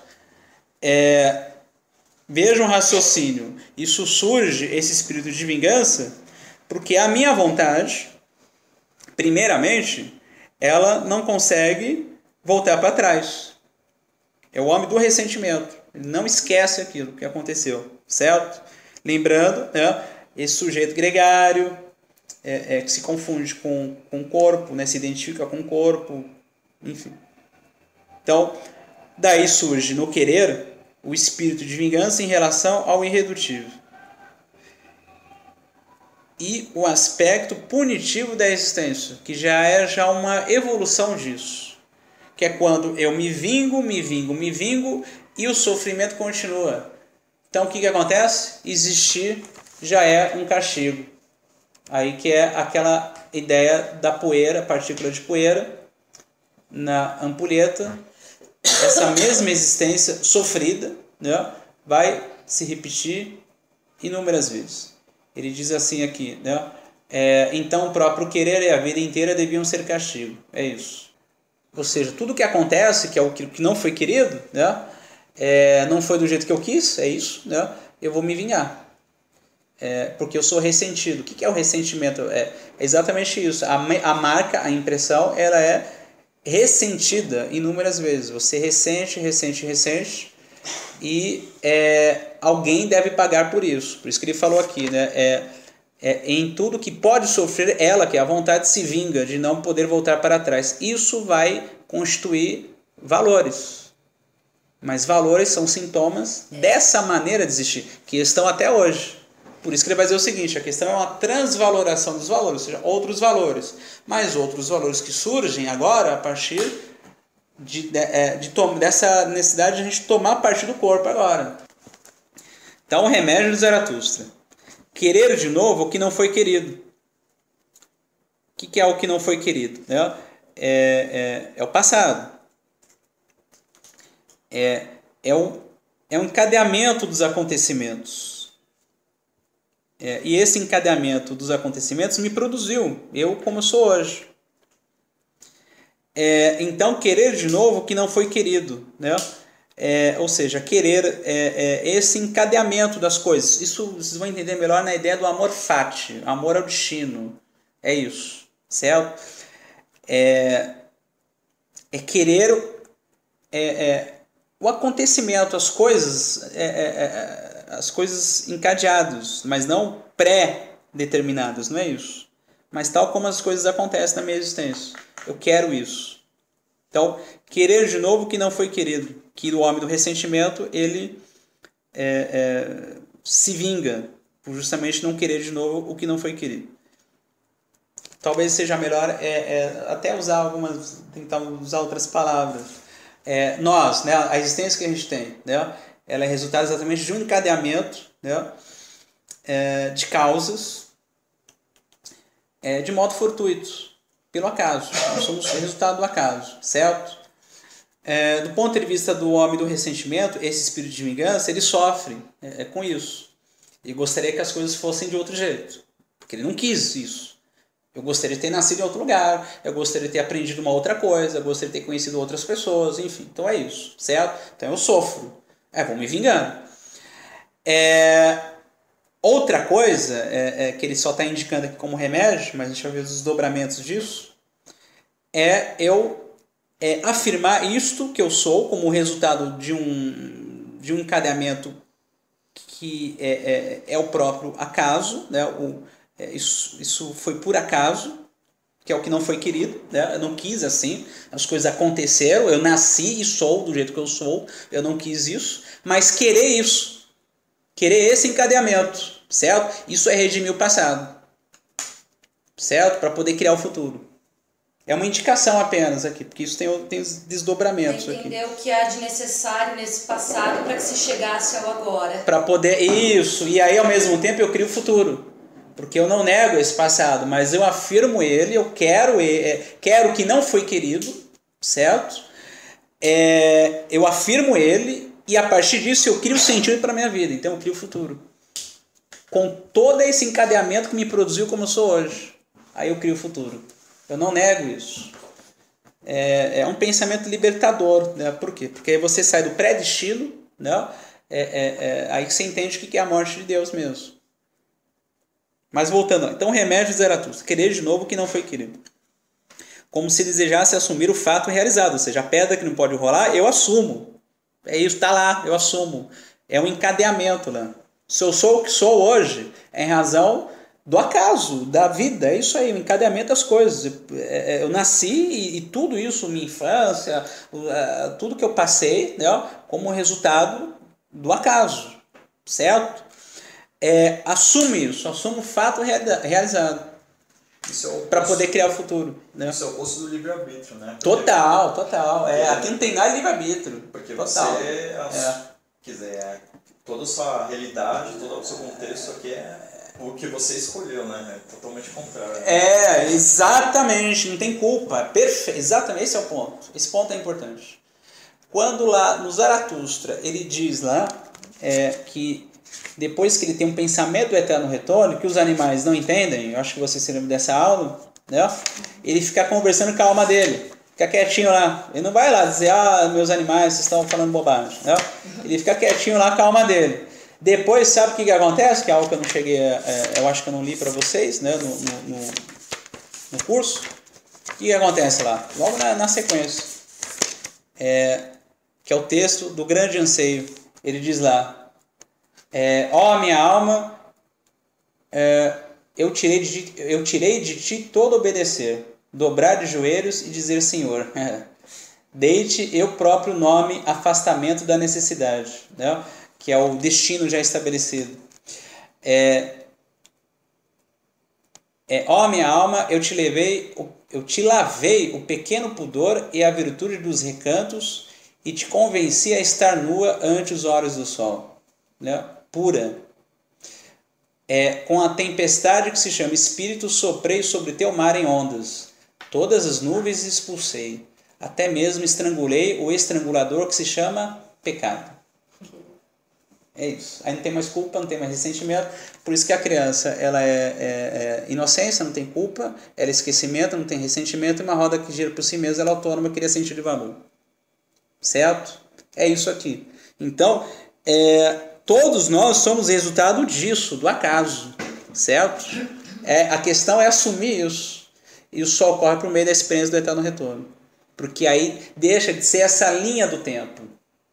É, veja um raciocínio. Isso surge, esse espírito de vingança, porque a minha vontade, primeiramente, ela não consegue voltar para trás. É o homem do ressentimento. Ele não esquece aquilo que aconteceu, certo? Lembrando, né, esse sujeito gregário, É, é, que se confunde com, com o corpo, né? Se identifica com o corpo, enfim. Então, daí surge no querer o espírito de vingança em relação ao irredutível. E o aspecto punitivo da existência, que já é já uma evolução disso. Que é quando eu me vingo, me vingo, me vingo e o sofrimento continua. Então, o que, que acontece? Existir já é um castigo. Aí que é aquela ideia da poeira, partícula de poeira, na ampulheta, essa mesma existência sofrida, né, vai se repetir inúmeras vezes. Ele diz assim aqui, né, é, então o próprio querer e a vida inteira deviam ser castigo. É isso. Ou seja, tudo que acontece, que é o que não foi querido, né, é, não foi do jeito que eu quis, é isso, né, eu vou me vingar. É, porque eu sou ressentido. O que é o ressentimento? É exatamente isso. A, a marca, a impressão, ela é ressentida inúmeras vezes. Você ressente, ressente, ressente e é, alguém deve pagar por isso. Por isso que ele falou aqui, né? É, é, em tudo que pode sofrer, ela, que é a vontade, se vinga de não poder voltar para trás. Isso vai constituir valores. Mas valores são sintomas dessa maneira de existir, que estão até hoje. Por isso que ele vai dizer o seguinte, a questão é uma transvaloração dos valores, ou seja, outros valores. Mas outros valores que surgem agora a partir de, de, de, de, dessa necessidade de a gente tomar parte do corpo agora. Então, o remédio de Zaratustra. Querer de novo o que não foi querido. O que, que é o que não foi querido? É, é, é o passado. É, é, o, é um encadeamento dos acontecimentos. É, e esse encadeamento dos acontecimentos me produziu, eu como eu sou hoje. É, então, querer de novo o que não foi querido. Né? É, ou seja, querer é, é, esse encadeamento das coisas. Isso vocês vão entender melhor na ideia do amor fati, amor ao destino. É isso, certo? É, é querer é, é, o acontecimento, as coisas, é, é, é, as coisas encadeadas, mas não pré-determinadas, não é isso? Mas tal como as coisas acontecem na minha existência. Eu quero isso. Então, querer de novo o que não foi querido. Que o homem do ressentimento, ele é, é, se vinga por justamente não querer de novo o que não foi querido. Talvez seja melhor é, é, até usar algumas, tentar usar outras palavras. É, nós, né, a existência que a gente tem, né, ela é resultado exatamente de um encadeamento, né, é, de causas é, de modo fortuito, pelo acaso. Nós somos resultado do acaso, certo? É, do ponto de vista do homem do ressentimento, esse espírito de vingança, ele sofre é, é, com isso. Ele gostaria que as coisas fossem de outro jeito, porque ele não quis isso. Eu gostaria de ter nascido em outro lugar, eu gostaria de ter aprendido uma outra coisa, eu gostaria de ter conhecido outras pessoas, enfim. Então é isso, certo? Então eu sofro. É, vou me vingando. É, outra coisa é, é, que ele só está indicando aqui como remédio, mas a gente vai ver os desdobramentos disso, é eu é, afirmar isto que eu sou como resultado de um, de um encadeamento que é, é, é o próprio acaso, né? o, é, isso, isso foi por acaso, que é o que não foi querido, né? Eu não quis assim, as coisas aconteceram, eu nasci e sou do jeito que eu sou, eu não quis isso, mas querer isso, querer esse encadeamento, certo? Isso é redimir o passado, certo? Para poder criar o futuro. É uma indicação apenas aqui, porque isso tem, tem os desdobramentos aqui. Entender o que há de necessário nesse passado para que se chegasse ao agora. Para poder... Isso, e aí ao mesmo tempo eu crio o futuro. Porque eu não nego esse passado, mas eu afirmo ele, eu quero, ele, quero que não foi querido, certo? É, eu afirmo ele e a partir disso eu crio sentido para a minha vida, então eu crio o futuro. Com todo esse encadeamento que me produziu como eu sou hoje, aí eu crio o futuro. Eu não nego isso. É, é um pensamento libertador, né? Por quê? Porque aí você sai do pré-destino, né? é, é, é, aí você entende o que é a morte de Deus mesmo. Mas voltando, então o remédio de Zaratustra, querer de novo o que não foi querido. Como se desejasse assumir o fato realizado, ou seja, a pedra que não pode rolar, eu assumo. É isso, está lá, eu assumo. É um encadeamento lá. Se eu sou o que sou hoje, é em razão do acaso, da vida, é isso aí, o encadeamento das coisas. Eu nasci e, e tudo isso, minha infância, tudo que eu passei, né, como resultado do acaso, certo? É, assume isso, assume o fato realizado. É para poder criar o futuro. Né? Isso é o oposto do livre-arbítrio, né? Porque, total, total. É, aqui não tem nada de livre-arbítrio. Porque total. você, é. quer dizer, toda a sua realidade, todo o seu contexto aqui é o que você escolheu, né? É totalmente contrário. Né? É, exatamente, não tem culpa. Perfeito, exatamente, esse é o ponto. Esse ponto é importante. Quando lá no Zaratustra ele diz lá é, que depois que ele tem um pensamento do eterno retorno, que os animais não entendem, eu acho que você se lembra dessa aula, né? Ele fica conversando com a alma dele, fica quietinho lá, ele não vai lá dizer, ah, meus animais, vocês estão falando bobagem, né? Ele fica quietinho lá com a alma dele. Depois, sabe o que, que acontece? Que é algo que eu não cheguei, a, é, eu acho que eu não li para vocês, né? no, no, no, no curso. O que, que acontece lá? Logo na, na sequência, é, que é o texto do grande anseio, ele diz lá, É, ó minha alma, é, eu, tirei de, eu tirei de ti todo obedecer, dobrar de joelhos e dizer Senhor. Deite eu próprio nome afastamento da necessidade, né? Que é o destino já estabelecido. É, é, ó minha alma, eu te levei, eu te lavei o pequeno pudor e a virtude dos recantos e te convenci a estar nua ante os olhos do sol, né? Pura. É, com a tempestade que se chama Espírito, soprei sobre teu mar em ondas. Todas as nuvens expulsei. Até mesmo estrangulei o estrangulador que se chama pecado. É isso. Aí não tem mais culpa, não tem mais ressentimento. Por isso que a criança ela é, é, é inocência, não tem culpa. Ela é esquecimento, não tem ressentimento. E uma roda que gira por si mesma, ela é autônoma, cria sentido de valor. Certo? É isso aqui. Então, é... todos nós somos resultado disso, do acaso, certo? É, a questão é assumir isso. E isso só ocorre por meio da experiência do eterno retorno. Porque aí deixa de ser essa linha do tempo.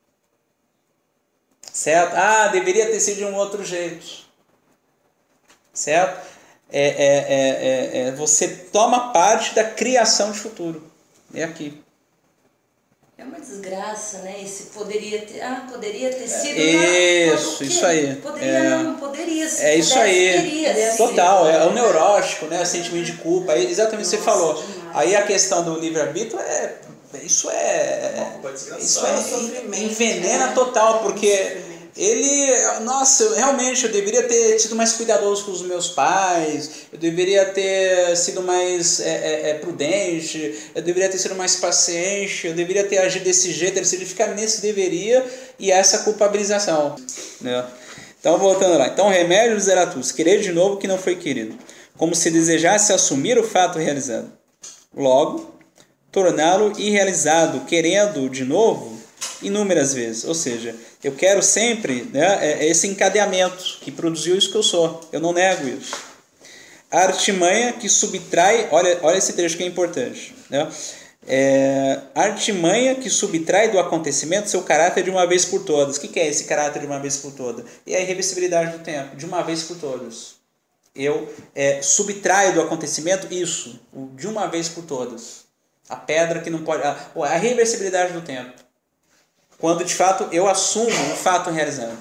Certo? Ah, deveria ter sido de um outro jeito. Certo? É, é, é, é, é, você toma parte da criação de futuro. É aqui. É uma desgraça, né? Esse poderia ter, ah, poderia ter sido... Isso, isso aí. Poderia é, não, poderia. Se é isso pudesse, aí. teria, Total, sim. é o neurótico, né? O sentimento de culpa. Aí, exatamente o que você falou. Demais. Aí a questão do livre-arbítrio é... Isso é... Isso é envenena total, porque... Ele, nossa, eu, realmente eu deveria ter sido mais cuidadoso com os meus pais, eu deveria ter sido mais é, é, é, prudente, eu deveria ter sido mais paciente, eu deveria ter agido desse jeito, ele fica nesse deveria e essa culpabilização. Né? Então, voltando lá. Então, o remédio de Zaratustra, querer de novo o que não foi querido, como se desejasse assumir o fato realizado. Logo, torná-lo irrealizado, querendo de novo inúmeras vezes, ou seja, eu quero sempre, né, esse encadeamento que produziu isso que eu sou, eu não nego isso. A artimanha que subtrai, olha, olha esse trecho que é importante, né? É, a artimanha que subtrai do acontecimento seu caráter de uma vez por todas. O que, que é esse caráter de uma vez por todas? É a irreversibilidade do tempo, de uma vez por todas. Eu é, subtraio do acontecimento isso, de uma vez por todas. A pedra que não pode... A, a reversibilidade do tempo. Quando de fato eu assumo o fato realizado.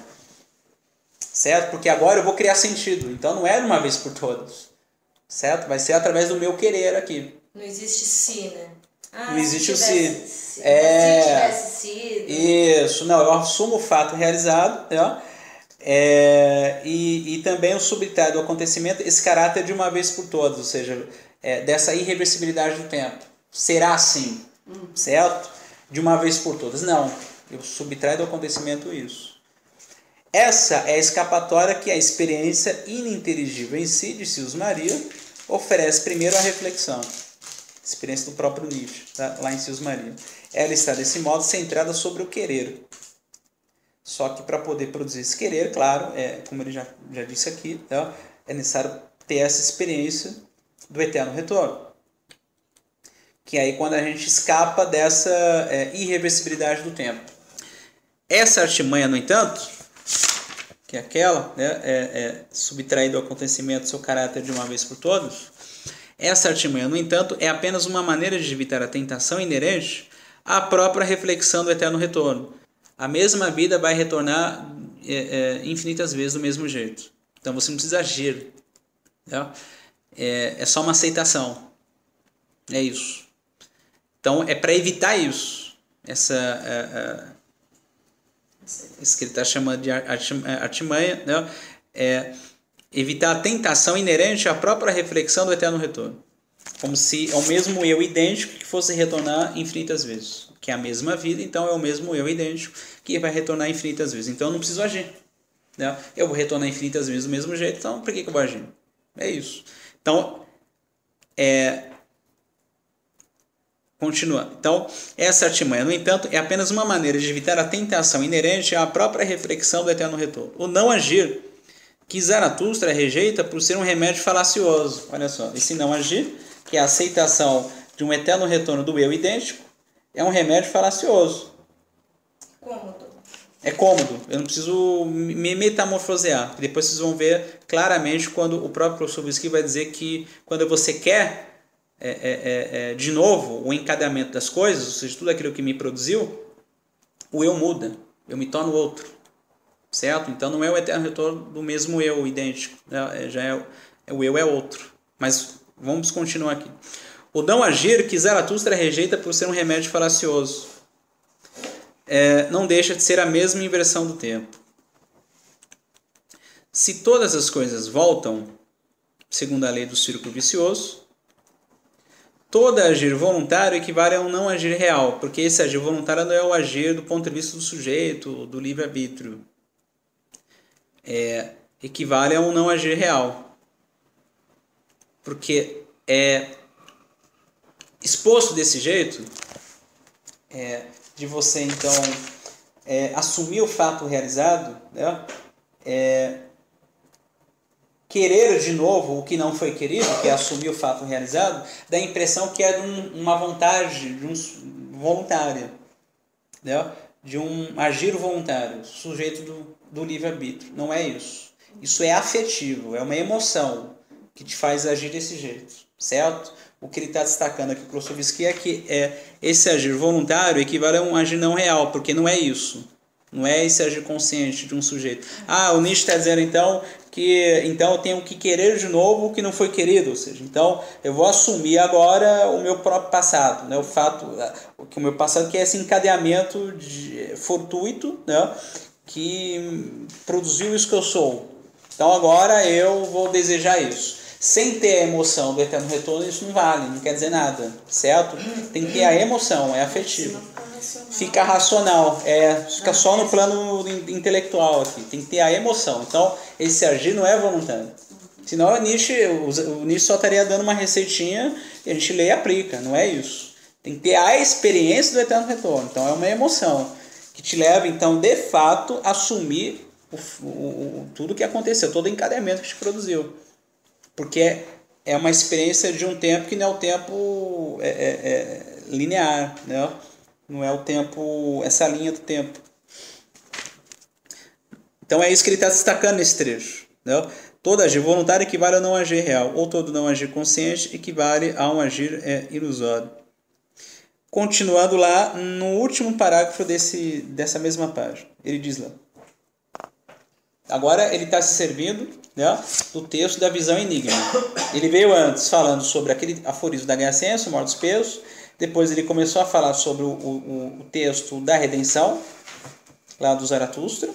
Certo? Porque agora eu vou criar sentido. Então não é de uma vez por todas. Certo? Vai ser através do meu querer aqui. Não existe si, né? Ah, não existe se o tivesse, si. Se, é... se tivesse sido. Isso. Não, eu assumo o fato realizado. Né? É... E, e também o subtrai do acontecimento esse caráter de uma vez por todas. Ou seja, é, dessa irreversibilidade do tempo. Será assim. Uhum. Certo? De uma vez por todas. Não. Eu subtraio do acontecimento isso. Essa é a escapatória que a experiência ininteligível em si, de Silas Maria, oferece primeiro à reflexão. Experiência do próprio Nietzsche, tá? Lá em Silas Maria. Ela está, desse modo, centrada sobre o querer. Só que para poder produzir esse querer, claro, é, como ele já, já disse aqui, tá? É necessário ter essa experiência do eterno retorno. Que é aí quando a gente escapa dessa é, irreversibilidade do tempo. Essa artimanha, no entanto, que é aquela, né, é, é subtrair do acontecimento seu caráter de uma vez por todas, essa artimanha, no entanto, é apenas uma maneira de evitar a tentação inerente à própria reflexão do eterno retorno. A mesma vida vai retornar é, é, infinitas vezes do mesmo jeito. Então você não precisa agir. Né? É, é só uma aceitação. É isso. Então é para evitar isso. Essa... É, é, isso que ele está chamando de artimanha, né? É evitar a tentação inerente à própria reflexão do eterno retorno. Como se é o mesmo eu idêntico que fosse retornar infinitas vezes. Que é a mesma vida, então é o mesmo eu idêntico que vai retornar infinitas vezes. Então eu não preciso agir. Né? Eu vou retornar infinitas vezes do mesmo jeito, então por que, que eu vou agir? É isso. Então, é... Continua. Então, essa artimanha, no entanto, é apenas uma maneira de evitar a tentação inerente à própria reflexão do eterno retorno. O não agir, que Zaratustra rejeita por ser um remédio falacioso. Olha só, esse não agir, que é a aceitação de um eterno retorno do eu idêntico, é um remédio falacioso. Cômodo. É cômodo. Eu não preciso me metamorfosear. Depois vocês vão ver claramente quando o próprio professor Bukowski vai dizer que quando você quer... É, é, é, de novo, o encadeamento das coisas, ou seja, tudo aquilo que me produziu, o eu muda, eu me torno outro, certo? Então não é o eterno retorno do mesmo eu idêntico, né? Já é, o eu é outro. Mas vamos continuar aqui. O não agir que Zaratustra rejeita por ser um remédio falacioso é, não deixa de ser a mesma inversão do tempo. Se todas as coisas voltam, segundo a lei do círculo vicioso, todo agir voluntário equivale a um não agir real, porque esse agir voluntário não é o agir do ponto de vista do sujeito, do livre-arbítrio. É, equivale a um não agir real. Porque é exposto desse jeito, é, de você então é, assumir o fato realizado, né, é, querer de novo o que não foi querido, que é assumir o fato realizado, dá a impressão que é de um, uma vontade de um, voluntária, entendeu? De um agir voluntário, sujeito do, do livre-arbítrio. Não é isso. Isso é afetivo, é uma emoção que te faz agir desse jeito, certo? O que ele está destacando aqui, o Klossowski, é que é, esse agir voluntário equivale a um agir não real, porque não é isso. Não é esse agir consciente de um sujeito. Ah, o Nietzsche está dizendo então que então eu tenho que querer de novo o que não foi querido. Ou seja, então eu vou assumir agora o meu próprio passado. Né? O fato que o meu passado que é esse encadeamento de, fortuito, né? Que produziu isso que eu sou. Então agora eu vou desejar isso. Sem ter a emoção do eterno retorno, isso não vale, não quer dizer nada, certo? Tem que ter a emoção, é afetivo. Fica racional, é, fica só no plano intelectual aqui. Tem que ter a emoção. Então, esse agir não é voluntário. Senão o Nietzsche, o Nietzsche só estaria dando uma receitinha e a gente lê e aplica, não é isso. Tem que ter a experiência do eterno retorno. Então, é uma emoção que te leva, então, de fato, a assumir o, o, o, tudo que aconteceu, todo o encadeamento que te produziu. Porque é uma experiência de um tempo que não é o tempo é, é, é linear, né? Não é o tempo, essa linha do tempo. Então é isso que ele está destacando nesse trecho. Né? Todo agir voluntário equivale a não agir real, ou todo não agir consciente equivale a um agir é, ilusório. Continuando lá no último parágrafo desse, dessa mesma página. Ele diz lá. Agora ele está se servindo, né, do texto da visão enigma. Ele veio antes falando sobre aquele aforismo da ganha senso, mortos pesos. Depois ele começou a falar sobre o, o, o texto da redenção, lá do Zaratustra.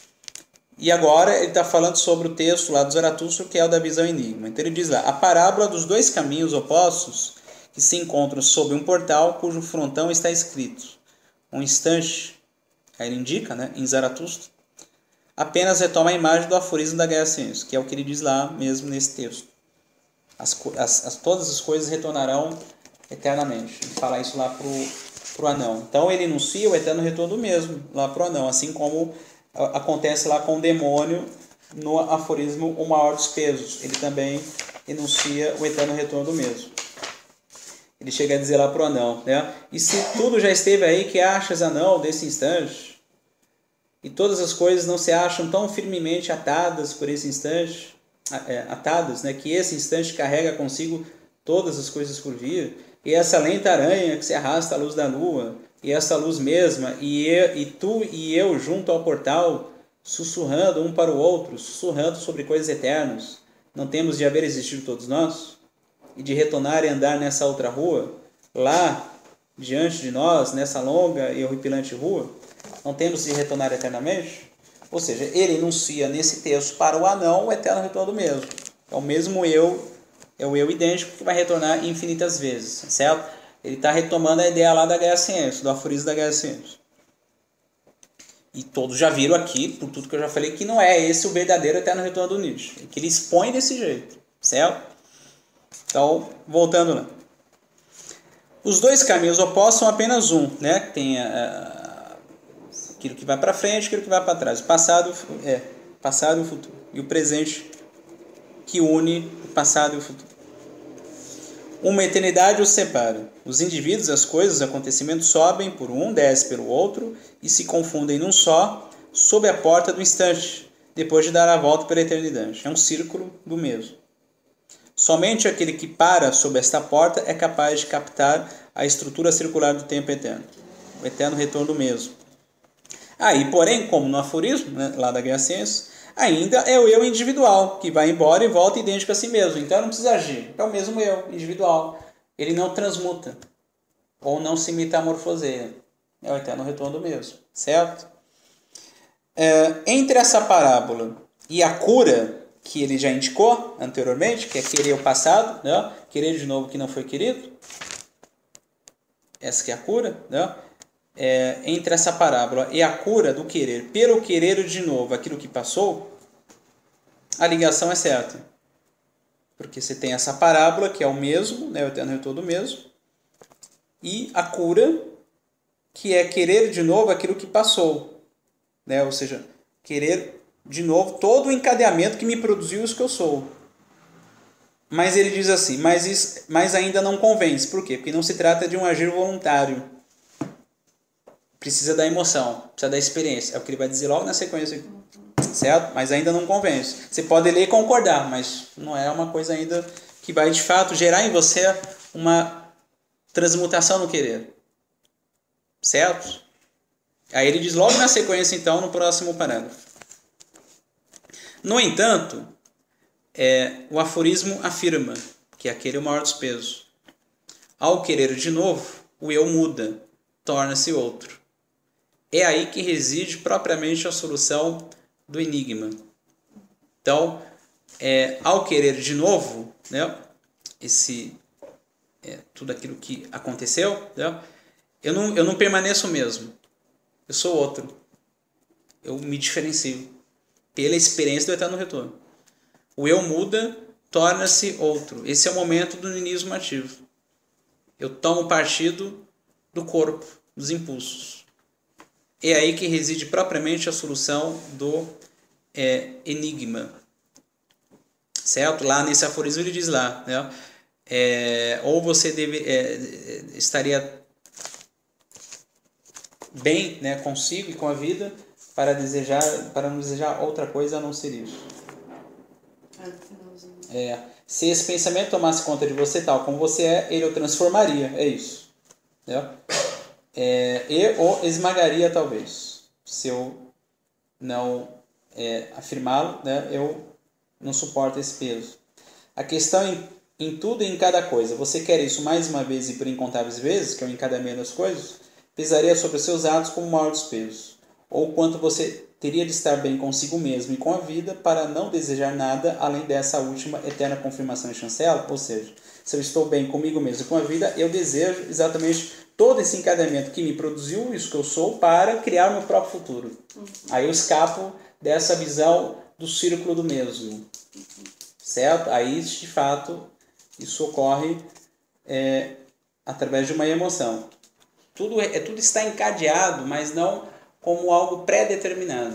E agora ele está falando sobre o texto lá do Zaratustra, que é o da visão enigma. Então ele diz lá, a parábola dos dois caminhos opostos que se encontram sob um portal cujo frontão está escrito. Um instante, aí ele indica, né, em Zaratustra, apenas retoma a imagem do aforismo da ganha senso, que é o que ele diz lá mesmo nesse texto. As, as, as, todas as coisas retornarão eternamente. Ele fala isso lá para o anão. Então ele enuncia o eterno retorno mesmo lá para o anão, assim como a, acontece lá com o demônio no aforismo o maior dos pesos. Ele também enuncia o eterno retorno mesmo. Ele chega a dizer lá para o anão, né? E se tudo já esteve aí, que achas, anão, desse instante? E todas as coisas não se acham tão firmemente atadas por esse instante, atadas, né? Que esse instante carrega consigo todas as coisas por vir, e essa lenta aranha que se arrasta à luz da lua, e essa luz mesma, e, eu, e tu e eu junto ao portal, sussurrando um para o outro, sussurrando sobre coisas eternas, não temos de haver existido todos nós? E de retornar e andar nessa outra rua, lá, diante de nós, nessa longa e horripilante rua, não temos de retornar eternamente? Ou seja, ele enuncia nesse texto para o anão o eterno retorno mesmo. É o mesmo eu, é o eu idêntico que vai retornar infinitas vezes, certo? Ele está retomando a ideia lá da ganha senso, do aforismo da ganha senso. E todos já viram aqui, por tudo que eu já falei, que não é esse o verdadeiro eterno retorno do Nietzsche. É que ele expõe desse jeito, certo? Então, voltando lá. Os dois caminhos opostos são apenas um, né? Tem a, a, aquilo que vai para frente e aquilo que vai para trás. O passado, é, passado e o futuro. E o presente que une o passado e o futuro. Uma eternidade os separa. Os indivíduos, as coisas, os acontecimentos sobem por um, descem pelo outro e se confundem num só, sob a porta do instante, depois de dar a volta pela eternidade. É um círculo do mesmo. Somente aquele que para sob esta porta é capaz de captar a estrutura circular do tempo eterno. O eterno retorno do mesmo. Aí, ah, porém, como no aforismo, né, lá da ganha senso, ainda é o eu individual, que vai embora e volta idêntico a si mesmo. Então não precisa agir. É o mesmo eu individual. Ele não transmuta. Ou não se metamorfoseia. É o eterno retorno do mesmo. Certo? É, entre essa parábola e a cura que ele já indicou anteriormente, que é querer o passado, né? Querer de novo o que não foi querido. Essa que é a cura, né? É, entre essa parábola e a cura do querer, pelo querer de novo aquilo que passou, a ligação é certa. Porque você tem essa parábola, que é o mesmo, né, o eterno retorno do mesmo, e a cura, que é querer de novo aquilo que passou. Né, ou seja, querer de novo, todo o encadeamento que me produziu isso que eu sou. Mas ele diz assim, mas, isso, mas ainda não convence. Por quê? Porque não se trata de um agir voluntário. Precisa da emoção, precisa da experiência. É o que ele vai dizer logo na sequência. Certo? Mas ainda não convence. Você pode ler e concordar, mas não é uma coisa ainda que vai de fato gerar em você uma transmutação no querer. Certo? Aí ele diz logo na sequência, então, no próximo parágrafo. No entanto, é, o aforismo afirma que aquele é o maior dos pesos. Ao querer de novo, o eu muda, torna-se outro. É aí que reside propriamente a solução do enigma. Então, é, ao querer de novo, né, esse, é, tudo aquilo que aconteceu, né, eu, não, eu não permaneço o mesmo. Eu sou outro. Eu me diferencio pela experiência do eterno retorno. O eu muda, torna-se outro. Esse é o momento do niilismo ativo. Eu tomo partido do corpo, dos impulsos. É aí que reside propriamente a solução do é, enigma. Certo? Lá nesse aforismo ele diz lá, né? É, ou você deve, é, estaria bem, né, consigo e com a vida para desejar, para não desejar outra coisa a não ser isso. É, se esse pensamento tomasse conta de você tal como você é, ele o transformaria, é isso. Né? É, e o esmagaria talvez. Se eu não é, afirmá-lo, né, eu não suporto esse peso. A questão em, em tudo e em cada coisa. Você quer isso mais uma vez e por incontáveis vezes, que é o encadamento das coisas, pesaria sobre os seus atos como o maior dos pesos. Ou quanto você teria de estar bem consigo mesmo e com a vida para não desejar nada além dessa última eterna confirmação e chancela. Ou seja, se eu estou bem comigo mesmo e com a vida, eu desejo exatamente todo esse encadeamento que me produziu isso que eu sou para criar o meu próprio futuro. Uhum. Aí eu escapo dessa visão do círculo do mesmo. Uhum. Certo? Aí, de fato, isso ocorre é, através de uma emoção. Tudo, é, tudo está encadeado, mas não como algo pré-determinado.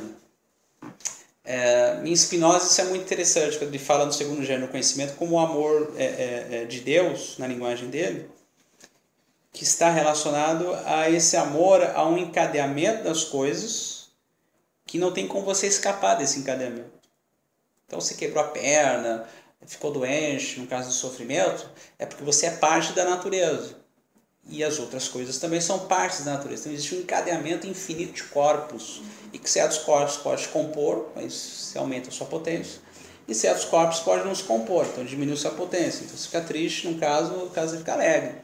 É, em Spinoza isso é muito interessante, quando ele fala no segundo gênero do conhecimento como o amor é, é, é de Deus, na linguagem dele, que está relacionado a esse amor, a um encadeamento das coisas que não tem como você escapar desse encadeamento. Então você quebrou a perna, ficou doente, no caso do sofrimento, é porque você é parte da natureza. E as outras coisas também são partes da natureza. Então existe um encadeamento infinito de corpos. E que certos corpos podem se compor, mas se aumenta a sua potência. E certos corpos podem não se compor, então diminui a sua potência. Então você fica triste, no caso, no caso você fica alegre.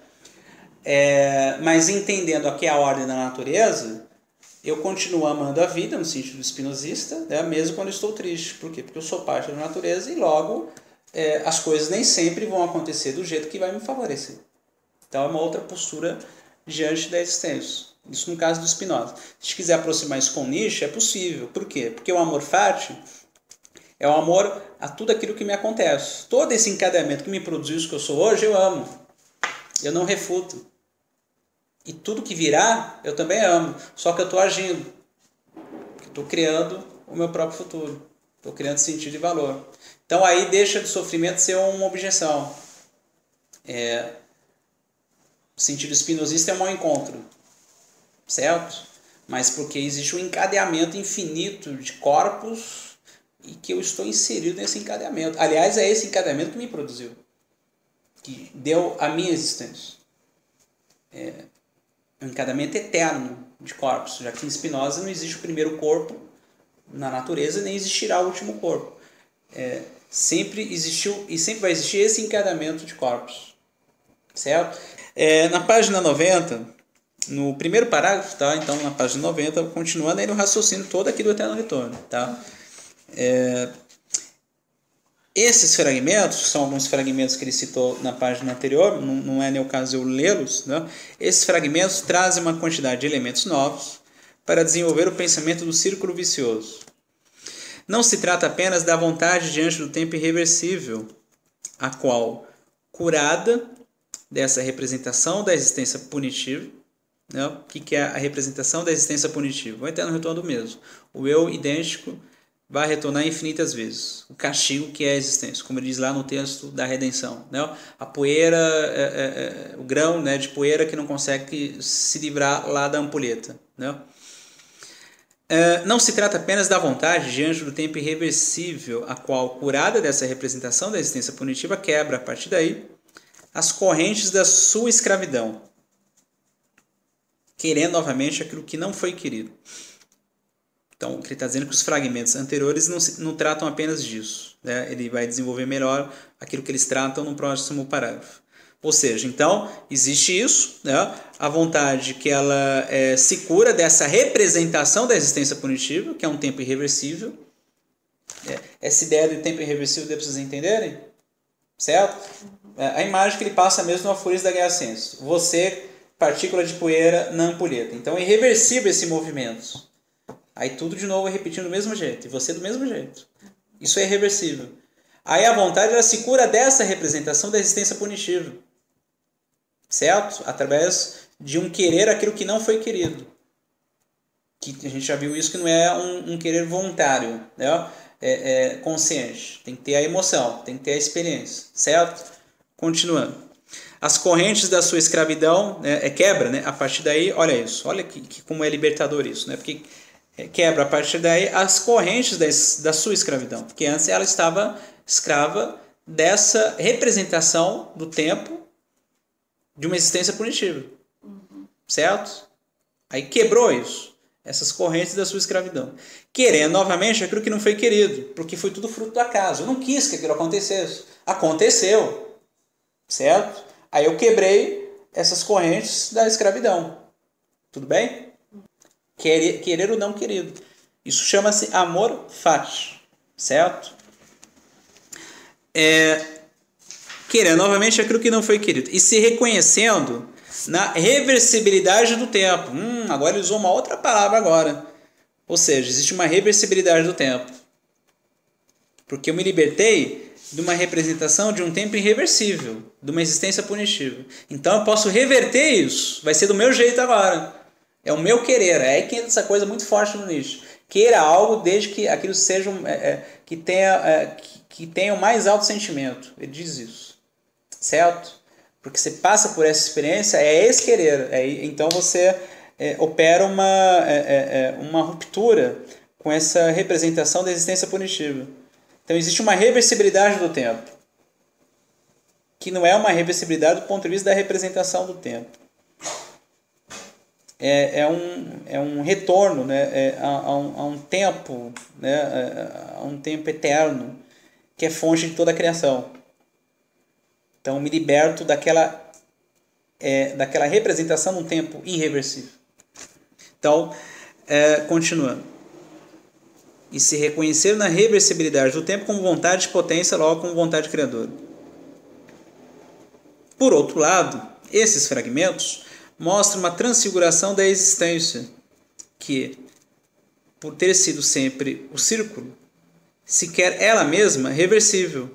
É, mas entendendo aqui a ordem da natureza, eu continuo amando a vida, no sentido espinosista, né, mesmo quando eu estou triste. Por quê? Porque eu sou parte da natureza e logo é, as coisas nem sempre vão acontecer do jeito que vai me favorecer. Então é uma outra postura diante da existência. Isso no caso do Spinoza. Se quiser aproximar isso com Nietzsche, é possível. Por quê? Porque o amor fati é o amor a tudo aquilo que me acontece. Todo esse encadeamento que me produziu isso que eu sou hoje, eu amo. Eu não refuto. E tudo que virá, eu também amo. Só que eu estou agindo. Estou criando o meu próprio futuro. Estou criando sentido e valor. Então aí deixa de sofrimento ser uma objeção. É... O sentido espinosista é um mau encontro, certo? Mas porque existe um encadeamento infinito de corpos e que eu estou inserido nesse encadeamento. Aliás, é esse encadeamento que me produziu, que deu a minha existência. É um encadeamento eterno de corpos, já que em Spinoza não existe o primeiro corpo na natureza, nem existirá o último corpo. É, sempre existiu e sempre vai existir esse encadeamento de corpos, certo? É, na página noventa, no primeiro parágrafo, tá? Então na página noventa, continuando aí no raciocínio todo aqui do eterno retorno. Tá? É, esses fragmentos, são alguns fragmentos que ele citou na página anterior, não, não é nem o caso eu lê-los, né? Esses fragmentos trazem uma quantidade de elementos novos para desenvolver o pensamento do círculo vicioso. Não se trata apenas da vontade diante do tempo irreversível, a qual, curada dessa representação da existência punitiva, né? O que é a representação da existência punitiva? O eterno retorno do mesmo. O eu idêntico vai retornar infinitas vezes. O castigo que é a existência, como ele diz lá no texto da redenção. Né? A poeira, é, é, é, o grão, né, de poeira que não consegue se livrar lá da ampulheta. Né? É, não se trata apenas da vontade diante do tempo irreversível, a qual, curada dessa representação da existência punitiva, quebra, a partir daí, as correntes da sua escravidão, querendo novamente aquilo que não foi querido. Então, ele está dizendo que os fragmentos anteriores não, se, não tratam apenas disso. Né? Ele vai desenvolver melhor aquilo que eles tratam no próximo parágrafo. Ou seja, então, existe isso, né? A vontade que ela é, se cura dessa representação da existência punitiva, que é um tempo irreversível. É, essa ideia do tempo irreversível deu para vocês entenderem? Certo? É, a imagem que ele passa mesmo no Aforismo da Guerra Ciência. Você, partícula de poeira na ampulheta. Então, é irreversível esse movimento. Aí tudo de novo é repetindo do mesmo jeito. E você do mesmo jeito. Isso é irreversível. Aí a vontade ela se cura dessa representação da existência punitiva. Certo? Através de um querer aquilo que não foi querido. Que a gente já viu isso que não é um, um querer voluntário. Né? É, é consciente. Tem que ter a emoção. Tem que ter a experiência. Certo? Continuando. As correntes da sua escravidão né, é quebra. Né? A partir daí, olha isso. Olha que, que, como é libertador isso. Né? Porque quebra a partir daí as correntes da, da sua escravidão. Porque antes ela estava escrava dessa representação do tempo de uma existência punitiva. Uhum. Certo? Aí quebrou isso. Essas correntes da sua escravidão. Querendo novamente aquilo que não foi querido. Porque foi tudo fruto do acaso. Eu não quis que aquilo acontecesse. Aconteceu. Certo? Aí eu quebrei essas correntes da escravidão. Tudo bem? Querer, querer o não querido. Isso chama-se amor fati, certo? É, querer novamente aquilo que não foi querido. E se reconhecendo na reversibilidade do tempo. Hum, agora ele usou uma outra palavra agora. Ou seja, existe uma reversibilidade do tempo. Porque eu me libertei de uma representação de um tempo irreversível, de uma existência punitiva. Então eu posso reverter isso. Vai ser do meu jeito agora. É o meu querer, é aí que entra essa coisa muito forte no Nietzsche. Queira algo desde que aquilo seja é, é, que, tenha, é, que, que tenha o mais alto sentimento. Ele diz isso. Certo? Porque você passa por essa experiência, é esse querer. É, então você é, opera uma, é, é, uma ruptura com essa representação da existência punitiva. Então existe uma reversibilidade do tempo. Que não é uma reversibilidade do ponto de vista da representação do tempo. É, é, um, é um retorno né, é, a, a, um, a um tempo, né, a um tempo eterno, que é fonte de toda a criação. Então, me liberto daquela, é, daquela representação de um tempo irreversível. Então, é, continuando. E se reconhecer na reversibilidade do tempo como vontade de potência, logo como vontade criadora. Por outro lado, esses fragmentos mostra uma transfiguração da existência, que, por ter sido sempre o círculo, se quer ela mesma reversível.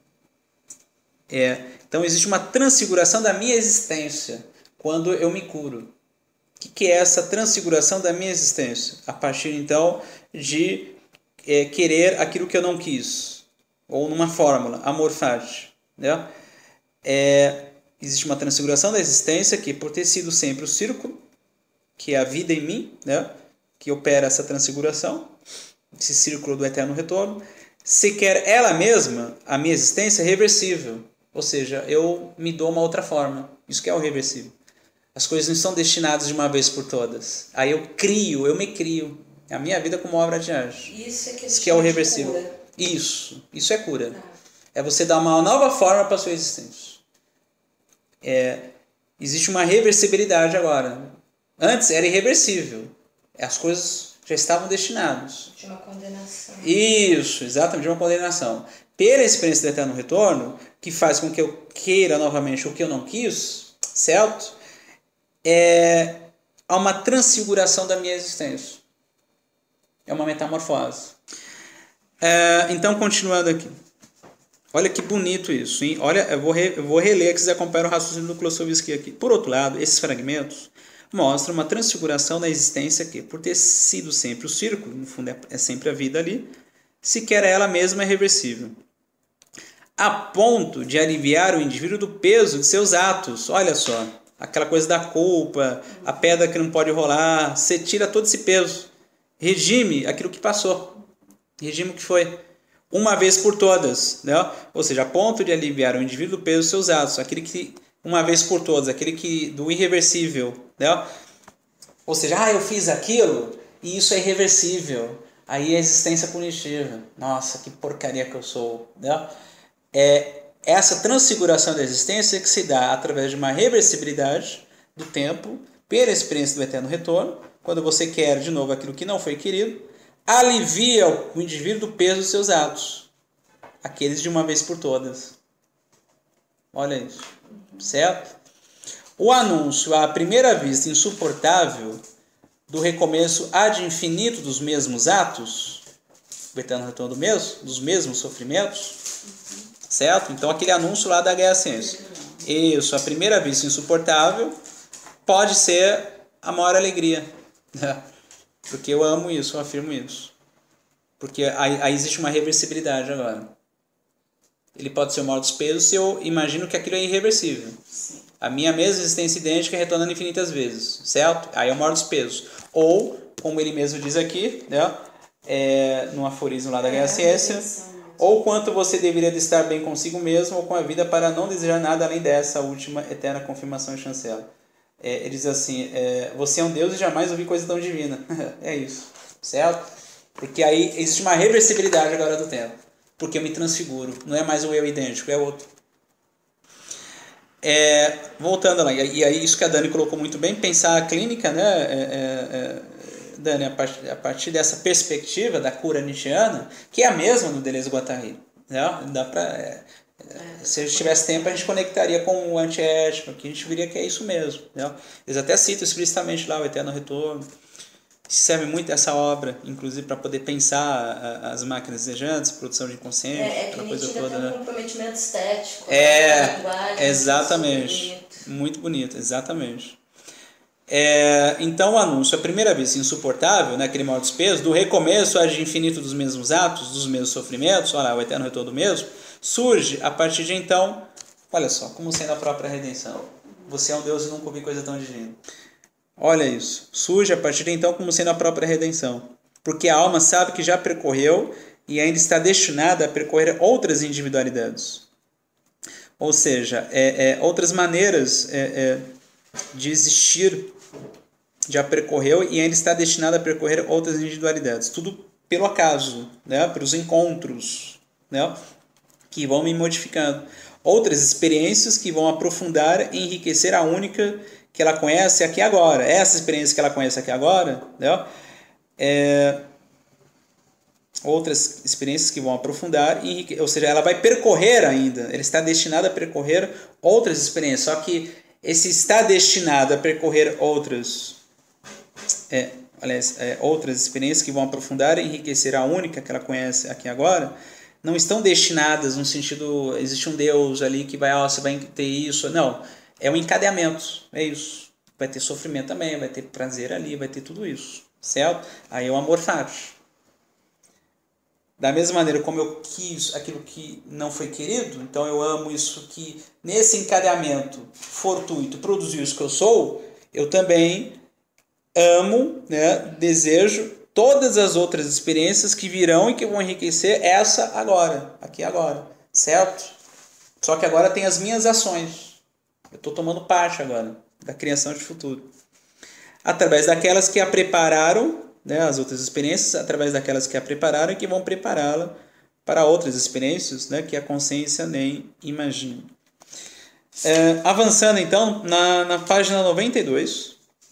É, então existe uma transfiguração da minha existência quando eu me curo. O que, que é essa transfiguração da minha existência? A partir, então, de é, querer aquilo que eu não quis. Ou numa fórmula, amor fati. Né? É... Existe uma transfiguração da existência que, por ter sido sempre o círculo, que é a vida em mim, né, que opera essa transfiguração, esse círculo do eterno retorno, se quer ela mesma, a minha existência, reversível. Ou seja, eu me dou uma outra forma. Isso que é o reversível. As coisas não são destinadas de uma vez por todas. Aí eu crio, eu me crio. É a minha vida como obra de arte. Isso é que, isso que é o reversível. Cura. Isso. Isso é cura. Ah. É você dar uma nova forma para a sua existência. É, existe uma reversibilidade agora. Antes era irreversível. As coisas já estavam destinadas. De uma condenação. Isso, exatamente, de uma condenação. Pela experiência do eterno retorno, que faz com que eu queira novamente o que eu não quis, certo? É, há uma transfiguração da minha existência. É uma metamorfose. É, então, continuando aqui. Olha que bonito isso, hein? Olha, eu vou, re, eu vou reler que vocês acompanham o raciocínio do Klossowski aqui. Por outro lado, esses fragmentos mostram uma transfiguração da existência que, por ter sido sempre o círculo, no fundo é, é sempre a vida ali, sequer ela mesma é reversível, a ponto de aliviar o indivíduo do peso de seus atos. Olha só, aquela coisa da culpa, a pedra que não pode rolar, você tira todo esse peso. Regime aquilo que passou, regime o que foi, uma vez por todas, né? Ou seja, a ponto de aliviar o indivíduo do peso de seus atos, aquele que, uma vez por todas, aquele que, do irreversível, né? Ou seja, ah, eu fiz aquilo e isso é irreversível, aí é existência punitiva, nossa, que porcaria que eu sou, né? É essa transfiguração da existência que se dá através de uma reversibilidade do tempo, pela experiência do eterno retorno, quando você quer de novo aquilo que não foi querido, alivia o indivíduo do peso dos seus atos, aqueles de uma vez por todas. Olha isso, certo? O anúncio à primeira vista insuportável do recomeço ad infinito dos mesmos atos, o eterno retorno do mesmo, dos mesmos sofrimentos, certo? Então aquele anúncio lá da guerra à ciência. Isso, a primeira vista insuportável pode ser a maior alegria. Porque eu amo isso, eu afirmo isso. Porque aí, aí existe uma reversibilidade agora. Ele pode ser o maior dos pesos se eu imagino que aquilo é irreversível. Sim. A minha mesma existência idêntica retornando infinitas vezes, certo? Aí é o maior dos pesos. Ou, como ele mesmo diz aqui, né, é, no aforismo lá da Guerra à Ciência, ou quanto você deveria de estar bem consigo mesmo ou com a vida para não desejar nada além dessa última eterna confirmação e chancela. É, ele diz assim, é, você é um Deus e jamais ouvi coisa tão divina. É isso, certo? Porque aí existe uma reversibilidade agora do tempo. Porque eu me transfiguro. Não é mais o eu idêntico, é outro. É, voltando lá, e aí isso que a Dani colocou muito bem, pensar a clínica, né, é, é, é, Dani, a partir, a partir dessa perspectiva da cura nietzschiana, que é a mesma do Deleuze-Guattari. Né? Dá pra, é, é, se a gente tivesse tempo, a gente conectaria com o antiético, que a gente viria que é isso mesmo. Né? Eles até citam explicitamente lá o Eterno Retorno. Serve muito essa obra, inclusive para poder pensar as máquinas desejantes, produção de inconsciente, é, é aquela que coisa toda. Tem um né? comprometimento estético. É, linguagem, exatamente. Bonito. Muito bonito, exatamente. É, então o anúncio, a primeira vez insuportável, né, aquele maior despeso, do recomeço ad infinito dos mesmos atos, dos mesmos sofrimentos, olha lá, o eterno retorno do mesmo, surge a partir de então, olha só, como sendo a própria redenção. Você é um Deus e nunca ouvi coisa tão divina. Olha isso, surge a partir de então como sendo a própria redenção, porque a alma sabe que já percorreu e ainda está destinada a percorrer outras individualidades, ou seja, é, é, outras maneiras é, é, de existir, já percorreu e ainda está destinada a percorrer outras individualidades, tudo pelo acaso, né? Pelos encontros, né? Que vão me modificando, outras experiências que vão aprofundar e enriquecer a única que ela conhece aqui agora. Essa experiência que ela conhece aqui agora, né? É, outras experiências que vão aprofundar, e enriquecer, ou seja, ela vai percorrer ainda, ela está destinada a percorrer outras experiências, só que esse está destinado a percorrer outras, é, aliás, é, outras experiências que vão aprofundar e enriquecer a única que ela conhece aqui agora, não estão destinadas no sentido, existe um Deus ali que vai, ó, você vai ter isso, não. É um encadeamento, é isso. Vai ter sofrimento também, vai ter prazer ali, vai ter tudo isso, certo? Aí é o amor fati. Da mesma maneira como eu quis aquilo que não foi querido, então eu amo isso que nesse encadeamento fortuito produziu isso que eu sou, eu também amo, né, desejo todas as outras experiências que virão e que vão enriquecer essa agora, aqui agora, certo? Só que agora tem as minhas ações. Eu estou tomando parte agora da criação de futuro. Através daquelas que a prepararam, né, as outras experiências, através daquelas que a prepararam e que vão prepará-la para outras experiências, né, que a consciência nem imagina. É, avançando então, na, na página noventa e dois,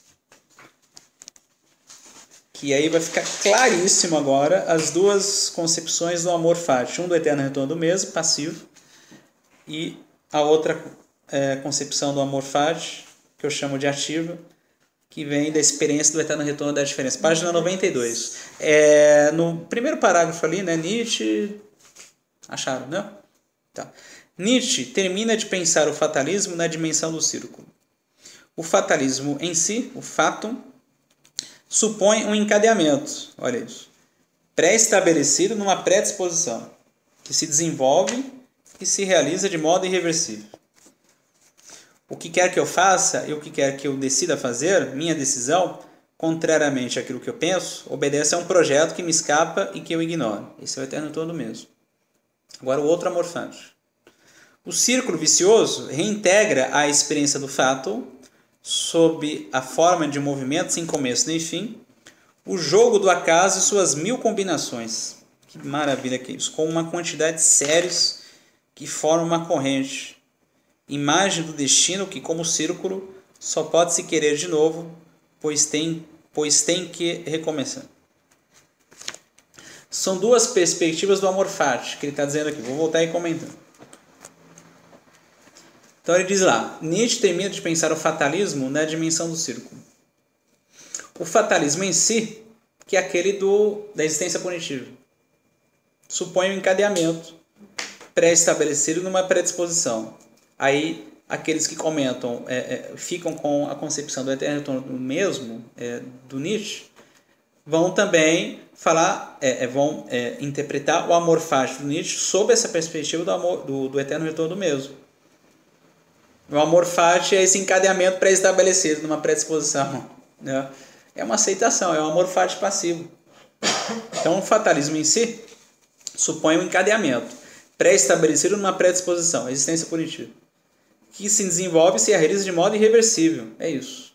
que aí vai ficar claríssimo agora as duas concepções do amor fati. Um do eterno retorno do mesmo, passivo, e a outra É, concepção do amor fati, que eu chamo de ativa, que vem da experiência do eterno retorno da diferença. Página noventa e dois. É, no primeiro parágrafo ali, né, Nietzsche... Acharam, né? Tá. Nietzsche termina de pensar o fatalismo na dimensão do círculo. O fatalismo em si, o fatum, supõe um encadeamento, olha isso, pré-estabelecido numa predisposição, que se desenvolve e se realiza de modo irreversível. O que quer que eu faça e o que quer que eu decida fazer, minha decisão, contrariamente àquilo que eu penso, obedece a um projeto que me escapa e que eu ignoro. Esse é o eterno todo mesmo. Agora o outro amor fati. O círculo vicioso reintegra a experiência do fato sob a forma de um movimento sem começo nem fim, o jogo do acaso e suas mil combinações. Que maravilha que é isso! Com uma quantidade de séries que formam uma corrente. Imagem do destino que, como círculo, só pode se querer de novo, pois tem, pois tem que recomeçar. São duas perspectivas do amor fati, que ele está dizendo aqui. Vou voltar e comentando. Então ele diz lá, Nietzsche termina de pensar o fatalismo na dimensão do círculo. O fatalismo em si, que é aquele do, da existência punitiva, supõe um encadeamento pré-estabelecido numa predisposição. Aí, aqueles que comentam, é, é, ficam com a concepção do eterno retorno mesmo, é, do Nietzsche, vão também falar, é, é, vão é, interpretar o amor fati do Nietzsche sob essa perspectiva do, amor, do, do eterno retorno mesmo. O amor fati é esse encadeamento pré-estabelecido numa predisposição. Né? É uma aceitação, é um amor fati passivo. Então, o fatalismo em si supõe um encadeamento pré-estabelecido numa predisposição, existência punitiva, que se desenvolve e se realiza de modo irreversível. É isso.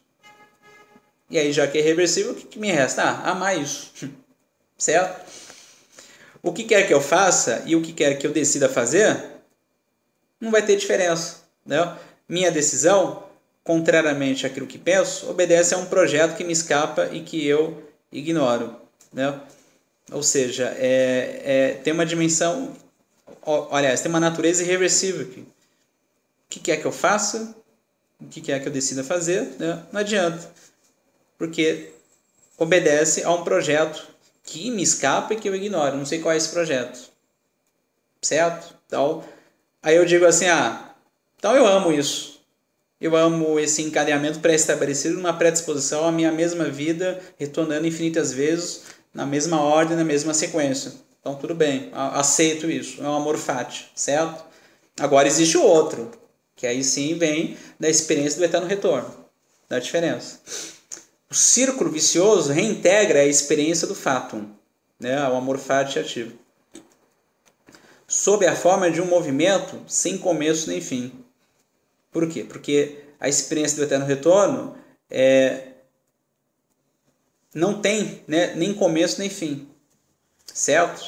E aí, já que é irreversível, o que, que me resta? Ah, amar isso. Certo? O que quer que eu faça e o que quer que eu decida fazer, não vai ter diferença. Né? Minha decisão, contrariamente àquilo que penso, obedece a um projeto que me escapa e que eu ignoro. Né? Ou seja, é, é, tem uma dimensão, aliás, tem uma natureza irreversível aqui. O que quer que eu faça, o que quer que eu decida fazer, né? Não adianta, porque obedece a um projeto que me escapa e que eu ignoro. Não sei qual é esse projeto. Certo? Então, aí eu digo assim, ah, então eu amo isso. Eu amo esse encadeamento pré-estabelecido numa predisposição à minha mesma vida, retornando infinitas vezes, na mesma ordem, na mesma sequência. Então tudo bem, aceito isso. É um amor fati, certo? Agora existe o outro, que aí sim vem da experiência do eterno retorno. Dá diferença. O círculo vicioso reintegra a experiência do fatum, né? O amor fati ativo, sob a forma de um movimento sem começo nem fim. Por quê? Porque a experiência do eterno retorno é, não tem, né, nem começo nem fim. Certo?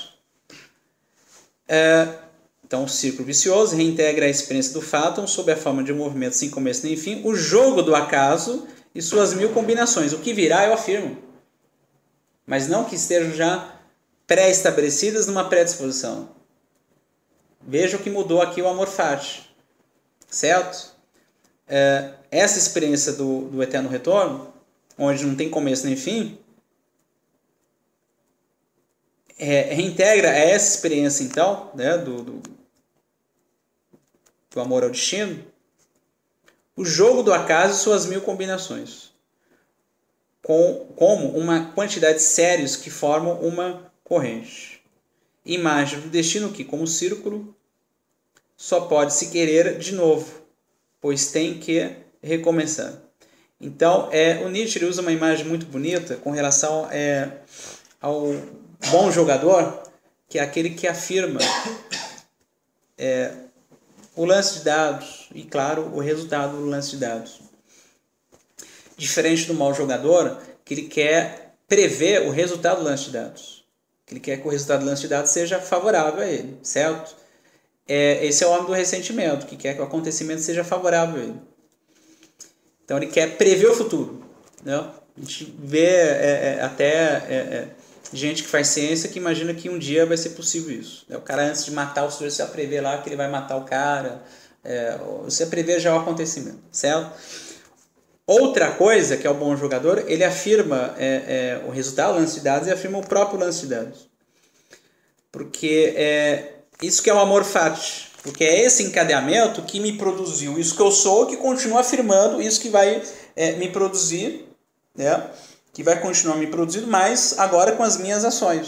É, então, o círculo vicioso reintegra a experiência do fatum sob a forma de um movimento sem começo nem fim, o jogo do acaso e suas mil combinações. O que virá, eu afirmo. Mas não que estejam já pré-estabelecidas numa predisposição. Veja o que mudou aqui o amor fati. Certo? É, essa experiência do, do eterno retorno, onde não tem começo nem fim, é, reintegra essa experiência, então, né, do, do, do amor ao destino, o jogo do acaso e suas mil combinações, com, como uma quantidade de sérios que formam uma corrente. Imagem do destino que, como círculo, só pode se querer de novo, pois tem que recomeçar. Então, é, o Nietzsche usa uma imagem muito bonita com relação é, ao bom jogador, que é aquele que afirma é, o lance de dados e, claro, o resultado do lance de dados. Diferente do mau jogador, que ele quer prever o resultado do lance de dados. Que ele quer que o resultado do lance de dados seja favorável a ele, certo? É, esse é o homem do ressentimento, que quer que o acontecimento seja favorável a ele. Então ele quer prever o futuro. Né? A gente vê é, é, até é, é, gente que faz ciência que imagina que um dia vai ser possível isso. O cara, antes de matar o sujeito, você vai prever lá que ele vai matar o cara. É, você prevê já o acontecimento, certo? Outra coisa, que é o bom jogador, ele afirma é, é, o resultado do lance de dados e afirma o próprio lance de dados. Porque é, isso que é o amor fati. Porque é esse encadeamento que me produziu isso que eu sou, que continua afirmando isso que vai é, me produzir, né? Que vai continuar me produzindo, mas agora com as minhas ações.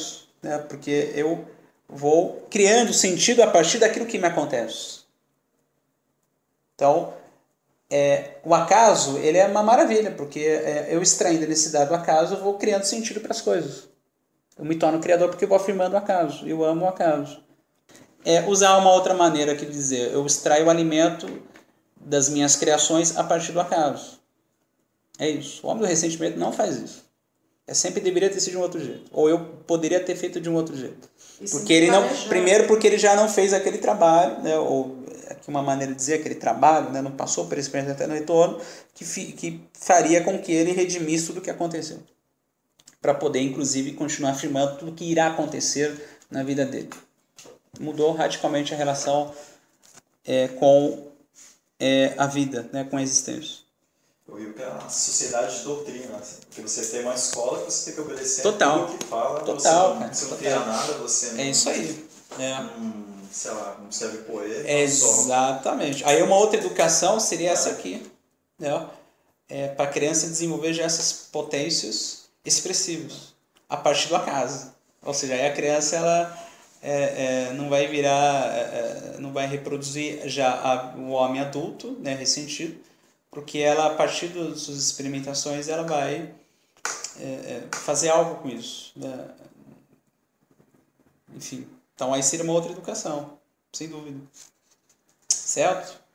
né? Porque eu vou criando sentido a partir daquilo que me acontece. Então, é, o acaso ele é uma maravilha, porque é, eu extraindo nesse dado acaso, eu vou criando sentido para as coisas. Eu me torno criador porque eu vou afirmando o acaso. Eu amo o acaso. É usar uma outra maneira aqui de dizer, eu extraio o alimento das minhas criações a partir do acaso. É isso. O homem do ressentimento não faz isso. É sempre deveria ter sido de um outro jeito. Ou eu poderia ter feito de um outro jeito. Isso Porque ele não, planejar. primeiro porque ele já não fez aquele trabalho, né? Ou aqui uma maneira de dizer aquele trabalho, né? Não passou por experiência até no retorno, que, fi, que faria com que ele redimisse tudo o que aconteceu. Para poder, inclusive, continuar afirmando tudo o que irá acontecer na vida dele. Mudou radicalmente a relação é, com é, a vida, né? Com a existência. Eu vi que é uma sociedade de doutrina, assim, porque você tem uma escola que você tem que obedecer Total. tudo que fala, Total, você não, cara, você não total. cria nada, você não, É isso aí. É. não, sei lá, não serve poeta, Exatamente. Aí uma outra educação seria essa aqui, né? É, para a criança desenvolver já essas potências expressivas a partir do acaso. Ou seja, aí a criança ela é, é, não vai virar, é, não vai reproduzir já a, o homem adulto, né, ressentido, porque ela a partir das suas experimentações ela vai é, é, fazer algo com isso, né? Enfim, então aí seria uma outra educação, sem dúvida. Certo?